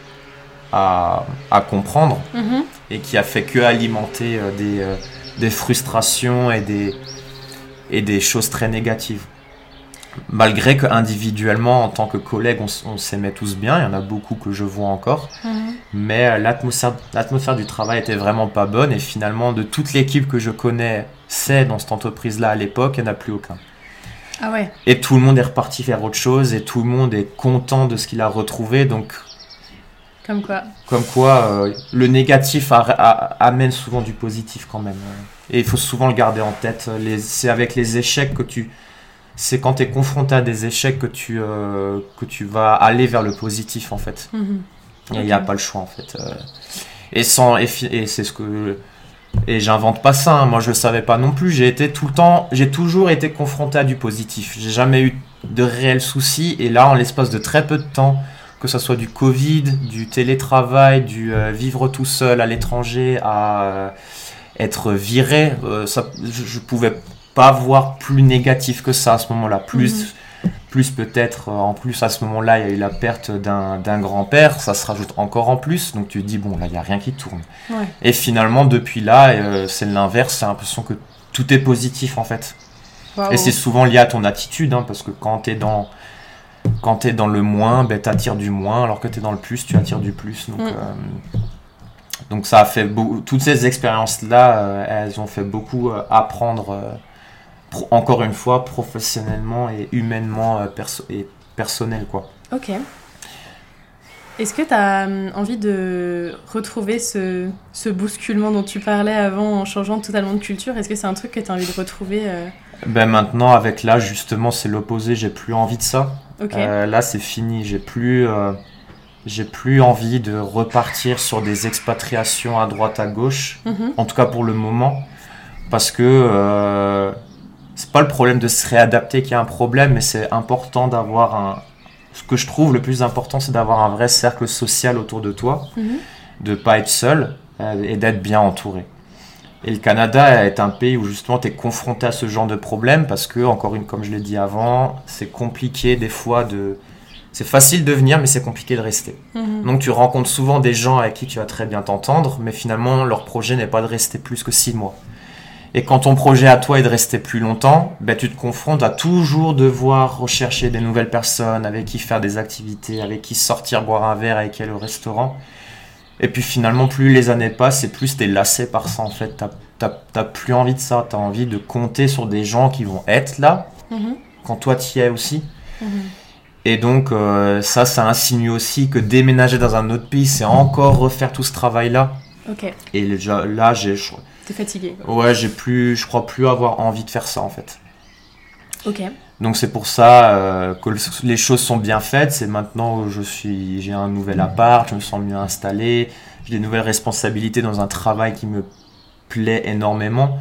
à comprendre et qui a fait que alimenter des frustrations et des choses très négatives. Malgré que individuellement, en tant que collègue, on s'aimait tous bien, il y en a beaucoup que je vois encore, mais l'atmosphère du travail était vraiment pas bonne et finalement de toute l'équipe que je connaissais dans cette entreprise-là à l'époque, il n'y en a plus aucun. Ah ouais. Et tout le monde est reparti faire autre chose et tout le monde est content de ce qu'il a retrouvé, donc Comme quoi le négatif amène souvent du positif quand même. Et il faut souvent le garder en tête. C'est avec les échecs c'est quand tu es confronté à des échecs que tu vas aller vers le positif en fait. Il n'y a pas le choix en fait. Et c'est ce que... Et j'invente pas ça, hein. Moi je le savais pas non plus. J'ai toujours été confronté à du positif. J'ai jamais eu de réels soucis. Et là, en l'espace de très peu de temps, que ce soit du Covid, du télétravail, du vivre tout seul à l'étranger, à être viré, je pouvais pas voir plus négatif que ça à ce moment-là. Plus peut-être, en plus à ce moment-là, il y a eu la perte d'un grand-père, ça se rajoute encore en plus, donc tu te dis, bon là, il n'y a rien qui tourne. Ouais. Et finalement, depuis là, c'est l'inverse, c'est l'impression que tout est positif en fait. Wow. Et c'est souvent lié à ton attitude, hein, parce que quand tu es dans le moins, ben, tu attires du moins, alors que tu es dans le plus, tu attires du plus. Donc ça a fait toutes ces expériences-là, elles ont fait beaucoup apprendre, encore une fois, professionnellement et humainement et personnel, quoi. Ok. Est-ce que tu as envie de retrouver ce bousculement dont tu parlais avant en changeant totalement de culture ? Est-ce que c'est un truc que tu as envie de retrouver Ben maintenant, avec l'âge, justement, c'est l'opposé. J'ai plus envie de ça. Okay. Là, c'est fini. J'ai plus envie de repartir sur des expatriations à droite, à gauche. En tout cas, pour le moment. Parce que c'est pas le problème de se réadapter qui est un problème, mais c'est important d'avoir ce que je trouve le plus important, c'est d'avoir un vrai cercle social autour de toi, de pas être seul et d'être bien entouré. Et le Canada est un pays où justement tu es confronté à ce genre de problème parce que, comme je l'ai dit avant, c'est compliqué des fois c'est facile de venir, mais c'est compliqué de rester. Donc tu rencontres souvent des gens avec qui tu vas très bien t'entendre, mais finalement leur projet n'est pas de rester plus que 6 mois. Et quand ton projet à toi est de rester plus longtemps, ben tu te confrontes à toujours devoir rechercher des nouvelles personnes avec qui faire des activités, avec qui sortir boire un verre, avec qui aller au restaurant. Et puis finalement, plus les années passent et plus t'es lassé par ça en fait. T'as plus envie de ça, t'as envie de compter sur des gens qui vont être là quand toi t'y es aussi. Et donc ça un signe aussi que déménager dans un autre pays, c'est encore refaire tout ce travail-là. Ok. Et là, t'es fatigué, quoi. Ouais, je crois plus avoir envie de faire ça en fait. Ok. Donc c'est pour ça que les choses sont bien faites. C'est maintenant où j'ai un nouvel appart, je me sens mieux installé, j'ai des nouvelles responsabilités dans un travail qui me plaît énormément.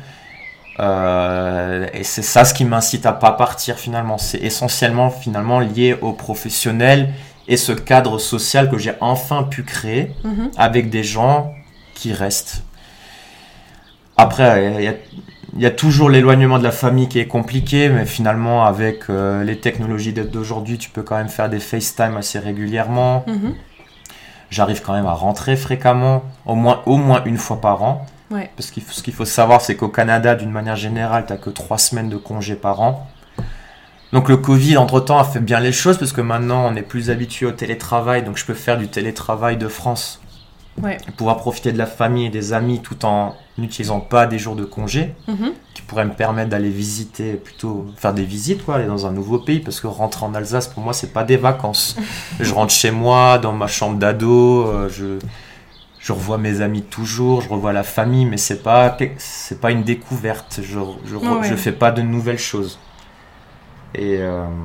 Et c'est ça ce qui m'incite à pas partir finalement. C'est essentiellement finalement lié au professionnel et ce cadre social que j'ai enfin pu créer avec des gens qui restent. Après, il y a toujours l'éloignement de la famille qui est compliqué, mais finalement, avec les technologies d'aujourd'hui, tu peux quand même faire des FaceTime assez régulièrement. J'arrive quand même à rentrer fréquemment, au moins une fois par an. Ouais. Parce que ce qu'il faut savoir, c'est qu'au Canada, d'une manière générale, tu n'as que 3 semaines de congé par an. Donc le Covid, entre-temps, a fait bien les choses, parce que maintenant, on est plus habitué au télétravail, donc je peux faire du télétravail de France. Ouais. Pouvoir profiter de la famille et des amis tout en n'utilisant pas des jours de congé qui pourraient me permettre d'aller visiter, plutôt faire des visites, quoi, aller dans un nouveau pays, parce que rentrer en Alsace pour moi c'est pas des vacances. Je rentre chez moi dans ma chambre d'ado, je revois mes amis toujours, je revois la famille, mais c'est pas une découverte, je fais pas de nouvelles choses. Et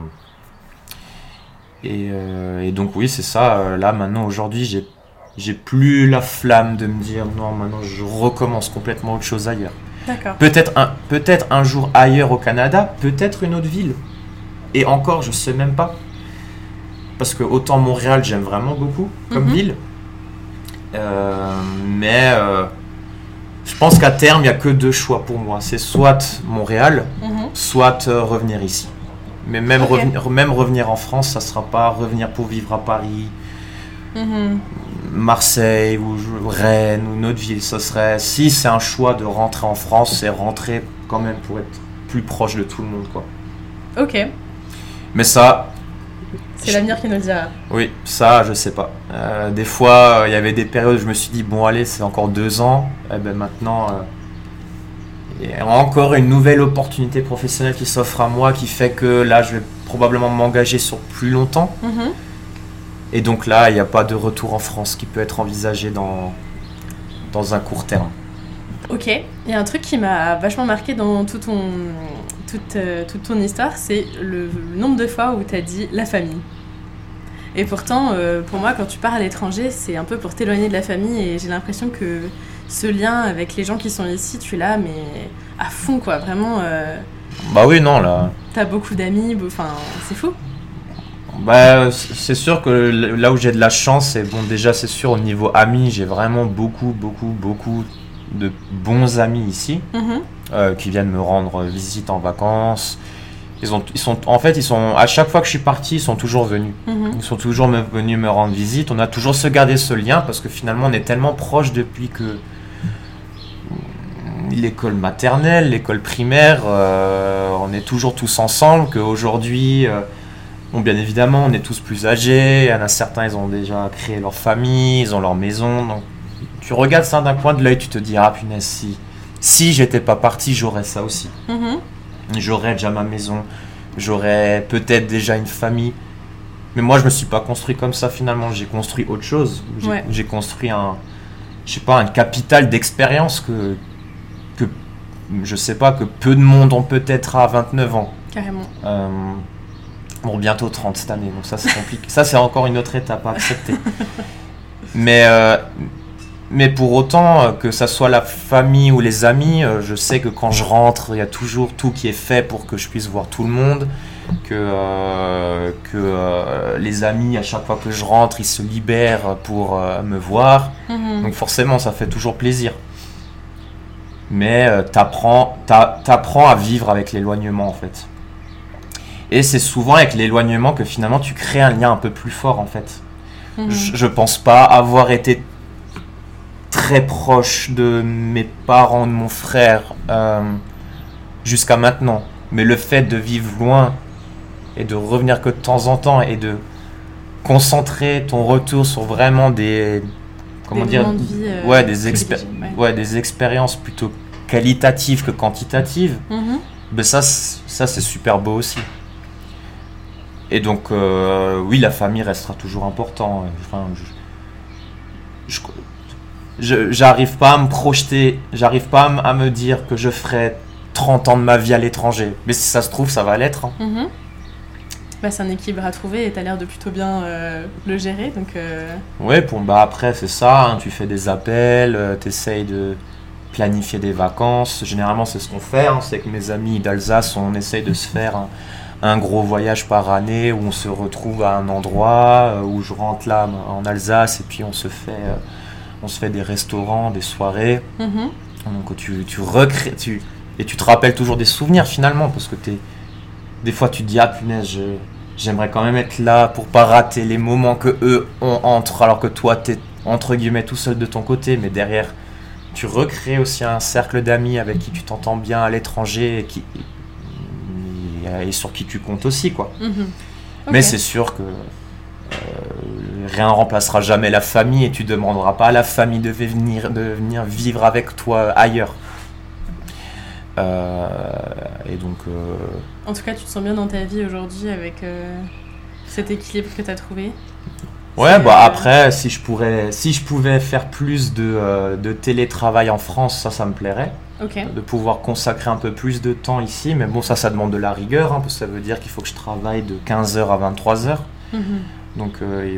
donc oui, c'est ça, là maintenant aujourd'hui j'ai plus la flamme de me dire non, maintenant je recommence complètement autre chose ailleurs. D'accord. Peut-être un jour ailleurs au Canada, peut-être une autre ville. Et encore, je sais même pas. Parce que autant Montréal, j'aime vraiment beaucoup comme ville. Mais je pense qu'à terme, il n'y a que 2 choix pour moi. C'est soit Montréal, soit revenir ici. Mais même, même revenir en France, ça ne sera pas revenir pour vivre à Paris, Marseille ou Rennes ou une autre ville. Ce serait, si c'est un choix de rentrer en France, c'est rentrer quand même pour être plus proche de tout le monde, quoi. Ok. Mais ça... C'est l'avenir qui nous le dira. Oui, ça, je sais pas. Des fois, il y avait des périodes où je me suis dit, bon, allez, c'est encore 2 ans. Et ben maintenant, il y a encore une nouvelle opportunité professionnelle qui s'offre à moi, qui fait que là, je vais probablement m'engager sur plus longtemps. Et donc là, il n'y a pas de retour en France qui peut être envisagé dans un court terme. Ok. Il y a un truc qui m'a vachement marqué dans toute ton histoire, c'est le nombre de fois où tu as dit la famille. Et pourtant, pour moi, quand tu pars à l'étranger, c'est un peu pour t'éloigner de la famille, et j'ai l'impression que ce lien avec les gens qui sont ici, tu l'as, mais à fond, quoi. Vraiment. Bah oui, non, là. T'as beaucoup d'amis, enfin, c'est fou. Bah, c'est sûr que là où j'ai de la chance, et bon, déjà, c'est sûr, au niveau amis, j'ai vraiment beaucoup de bons amis ici, qui viennent me rendre visite en vacances. À chaque fois que je suis parti, ils sont toujours venus. Ils sont toujours venus me rendre visite. On a toujours gardé ce lien parce que finalement, on est tellement proches depuis que l'école maternelle, l'école primaire, on est toujours tous ensemble, qu'aujourd'hui, bien évidemment, on est tous plus âgés. Il y en a certains, ils ont déjà créé leur famille, ils ont leur maison. Donc, tu regardes ça d'un coin de l'œil, tu te dis, ah punaise, si j'étais pas parti, j'aurais ça aussi. J'aurais déjà ma maison, j'aurais peut-être déjà une famille. Mais moi, je me suis pas construit comme ça finalement. J'ai construit autre chose. J'ai construit un capital d'expérience que je sais pas, que peu de monde ont peut-être à 29 ans. Carrément. Bon, bientôt 30 cette année, donc ça c'est compliqué. Ça, c'est encore une autre étape à accepter. Mais pour autant, que ça soit la famille ou les amis, je sais que quand je rentre, il y a toujours tout qui est fait pour que je puisse voir tout le monde, que les amis, à chaque fois que je rentre, ils se libèrent pour me voir. Donc forcément, ça fait toujours plaisir. Mais t'apprends à vivre avec l'éloignement, en fait. Et c'est souvent avec l'éloignement que finalement, tu crées un lien un peu plus fort, en fait. Je pense pas avoir été très proche de mes parents, de mon frère, jusqu'à maintenant. Mais le fait de vivre loin et de revenir que de temps en temps et de concentrer ton retour sur vraiment des expériences plutôt qualitatives que quantitatives, ben ça c'est super beau aussi. Et donc oui, la famille restera toujours important. Enfin, j'arrive pas à me projeter, j'arrive pas à me dire que je ferai 30 ans de ma vie à l'étranger. Mais si ça se trouve, ça va l'être. Bah, c'est un équilibre à trouver et t'as l'air de plutôt bien le gérer. Donc, ouais, après, c'est ça. Tu fais des appels, t'essayes de planifier des vacances. Généralement, c'est ce qu'on fait. C'est que mes amis d'Alsace, on essaye de se faire un gros voyage par année où on se retrouve à un endroit, où je rentre là en Alsace et puis on se fait des restaurants, des soirées. Donc tu recrées, et tu te rappelles toujours des souvenirs finalement, parce que des fois tu te dis, ah punaise, j'aimerais quand même être là pour pas rater les moments que eux ont entre, alors que toi t'es entre guillemets tout seul de ton côté, mais derrière tu recrées aussi un cercle d'amis avec qui tu t'entends bien à l'étranger et sur qui tu comptes aussi, quoi. Okay. Mais c'est sûr que rien ne remplacera jamais la famille, et tu demanderas pas à la famille de venir vivre avec toi ailleurs. Et donc en tout cas, tu te sens bien dans ta vie aujourd'hui avec cet équilibre que tu as trouvé? Ouais, après, si je pouvais faire plus de télétravail en France, ça me plairait. Okay. De pouvoir consacrer un peu plus de temps ici, mais bon, ça demande de la rigueur, parce que ça veut dire qu'il faut que je travaille de 15h à 23h. Donc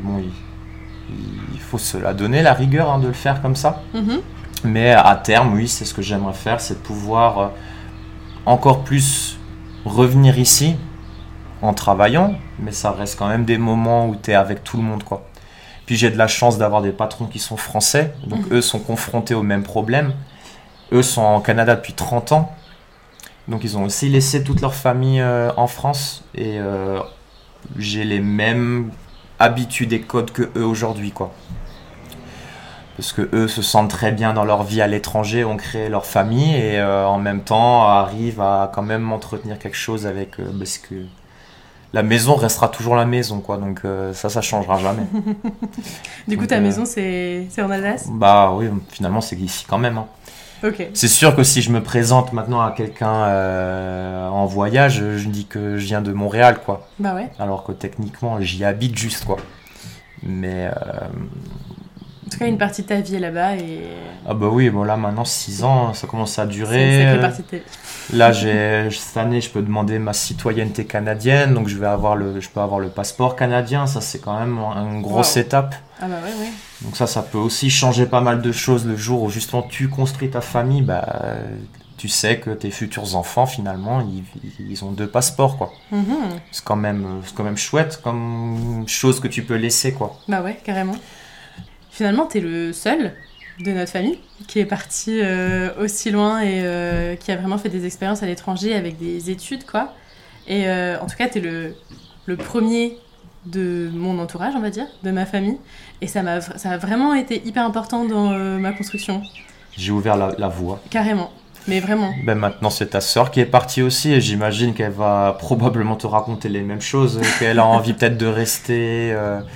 il faut se la donner, la rigueur, de le faire comme ça. Mais à terme, oui, c'est ce que j'aimerais faire, c'est de pouvoir encore plus revenir ici en travaillant, mais ça reste quand même des moments où tu es avec tout le monde, quoi. Puis Puis j'ai de la chance d'avoir des patrons qui sont français, donc eux sont confrontés aux mêmes problèmes. Eux sont en Canada depuis 30 ans, donc ils ont aussi laissé toute leur famille en France, et j'ai les mêmes habitudes et codes que eux aujourd'hui, quoi. Parce que eux se sentent très bien dans leur vie à l'étranger, ont créé leur famille, et en même temps arrivent à quand même entretenir quelque chose avec... parce que la maison restera toujours la maison, quoi. Donc ça changera jamais. Du coup, ta maison, c'est en Alsace ? Bah oui, finalement, c'est ici quand même. Hein. Ok. C'est sûr que si je me présente maintenant à quelqu'un en voyage, je dis que je viens de Montréal, quoi. Bah ouais. Alors que techniquement, j'y habite juste, quoi. Mais... En tout cas, une partie de ta vie est là-bas et... Ah bah oui, bon là maintenant 6 ans, ça commence à durer. C'est une sacrée partie de ta vie. Là, cette année, je peux demander ma citoyenneté canadienne, donc je peux avoir le passeport canadien. Ça, c'est quand même une grosse étape. Ah bah ouais. Donc ça peut aussi changer pas mal de choses le jour où justement tu construis ta famille. Bah, tu sais que tes futurs enfants, finalement, ils ont 2 passeports, quoi. C'est quand même chouette comme chose que tu peux laisser, quoi. Bah ouais, carrément. Finalement, t'es le seul de notre famille qui est parti aussi loin et qui a vraiment fait des expériences à l'étranger avec des études, quoi. Et en tout cas, t'es le premier de mon entourage, on va dire, de ma famille. Et ça a vraiment été hyper important dans ma construction. J'ai ouvert la voie. Carrément. Mais vraiment. Ben maintenant, c'est ta sœur qui est partie aussi, et j'imagine qu'elle va probablement te raconter les mêmes choses, qu'elle a envie peut-être de rester...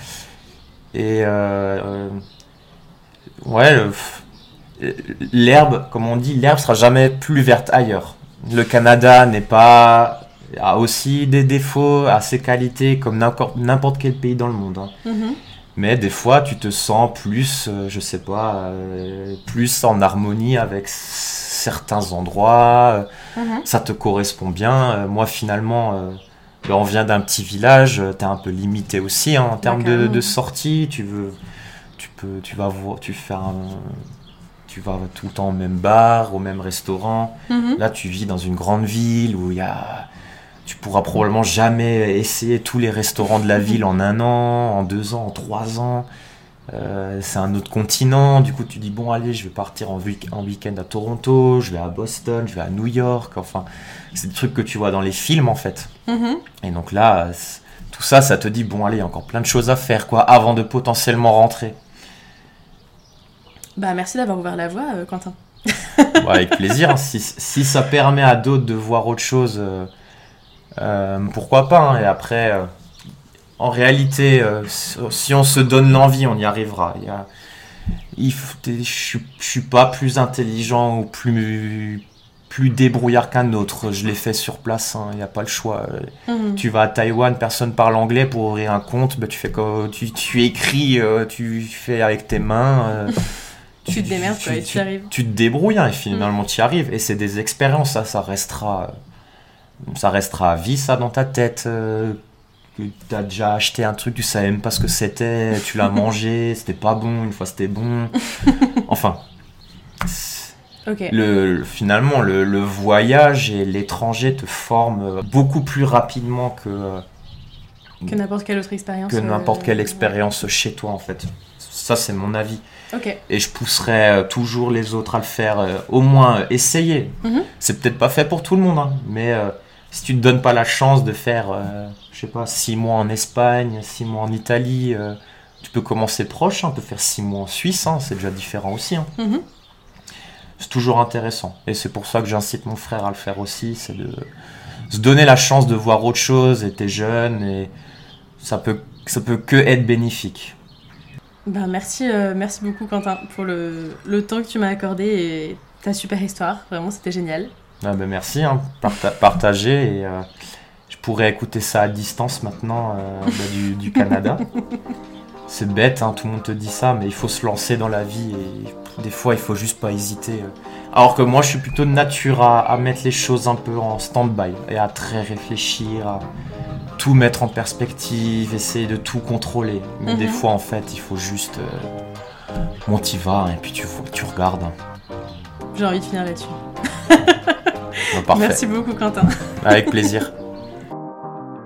l'herbe, comme on dit, l'herbe sera jamais plus verte ailleurs. Le Canada a aussi des défauts, a ses qualités comme n'importe quel pays dans le monde. Hein. Mais des fois, tu te sens plus, plus en harmonie avec certains endroits. Ça te correspond bien. Moi, finalement... on vient d'un petit village, t'es un peu limité aussi, hein, en termes de sortie. Tu vas tout le temps au même bar, au même restaurant. Là, tu vis dans une grande ville où tu pourras probablement jamais essayer tous les restaurants de la ville en 1 an, en 2 ans, en 3 ans. C'est un autre continent. Du coup, tu dis bon, allez, je vais partir en week-end à Toronto, je vais à Boston, je vais à New York. Enfin, c'est des trucs que tu vois dans les films, en fait. Et donc là, tout ça te dit bon, allez, il y a encore plein de choses à faire, quoi, avant de potentiellement rentrer. Bah, merci d'avoir ouvert la voie, Quentin. Ouais, avec plaisir. Hein. Si ça permet à d'autres de voir autre chose, pourquoi pas. Hein. Et après, en réalité, si on se donne l'envie, on y arrivera. Je suis pas plus intelligent ou plus débrouillard qu'un autre. Je l'ai fait sur place, il n'y a pas le choix. Tu vas à Taïwan, personne parle anglais. Pour ouvrir un compte, tu fais quoi, tu écris, tu fais avec tes mains. Tu te démerdes, quoi, et tu y arrives. Tu te débrouilles, hein, et finalement tu y arrives. Et c'est des expériences, ça restera à vie, ça, dans ta tête. Que tu as déjà acheté un truc, tu savais même pas ce que c'était, tu l'as mangé, c'était pas bon, une fois c'était bon. Enfin... Okay. Finalement, le voyage et l'étranger te forment beaucoup plus rapidement que n'importe quelle autre expérience. Que n'importe quelle expérience chez toi, en fait. Ça, c'est mon avis. Okay. Et je pousserais toujours les autres à le faire, au moins essayer. C'est peut-être pas fait pour tout le monde, hein, mais si tu te donnes pas la chance de faire, 6 mois en Espagne, 6 mois en Italie, tu peux commencer proche, hein, tu peux faire 6 mois en Suisse, hein, c'est déjà différent aussi. Hein. C'est toujours intéressant. Et c'est pour ça que j'incite mon frère à le faire aussi, c'est de se donner la chance de voir autre chose, et t'es jeune, et ça peut que être bénéfique. Ben merci beaucoup, Quentin, pour le temps que tu m'as accordé et ta super histoire. Vraiment, c'était génial. Merci, hein, partager, et je pourrais écouter ça à distance maintenant du Canada. C'est bête, hein, tout le monde te dit ça, mais il faut se lancer dans la vie, et des fois il faut juste pas hésiter. Alors que moi je suis plutôt de nature à mettre les choses un peu en stand-by et à très réfléchir, à tout mettre en perspective, essayer de tout contrôler. Mais des fois en fait il faut juste bon, t'y vas, et puis tu regardes. J'ai envie de finir là-dessus. Parfait. Merci beaucoup, Quentin. Avec plaisir.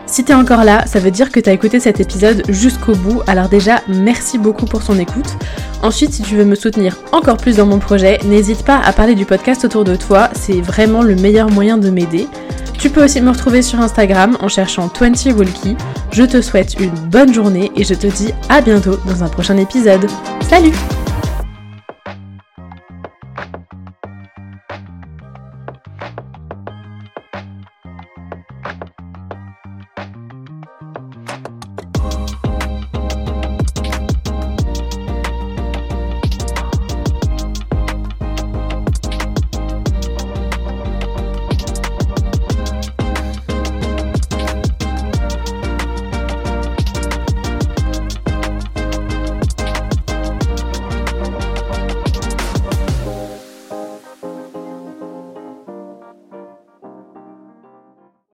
Si t'es encore là, ça veut dire que t'as écouté cet épisode jusqu'au bout, alors déjà, merci beaucoup pour ton écoute. Ensuite, si tu veux me soutenir encore plus dans mon projet, n'hésite pas à parler du podcast autour de toi, c'est vraiment le meilleur moyen de m'aider. Tu peux aussi me retrouver sur Instagram en cherchant 20 Walkie. Je te souhaite une bonne journée et je te dis à bientôt dans un prochain épisode. Salut!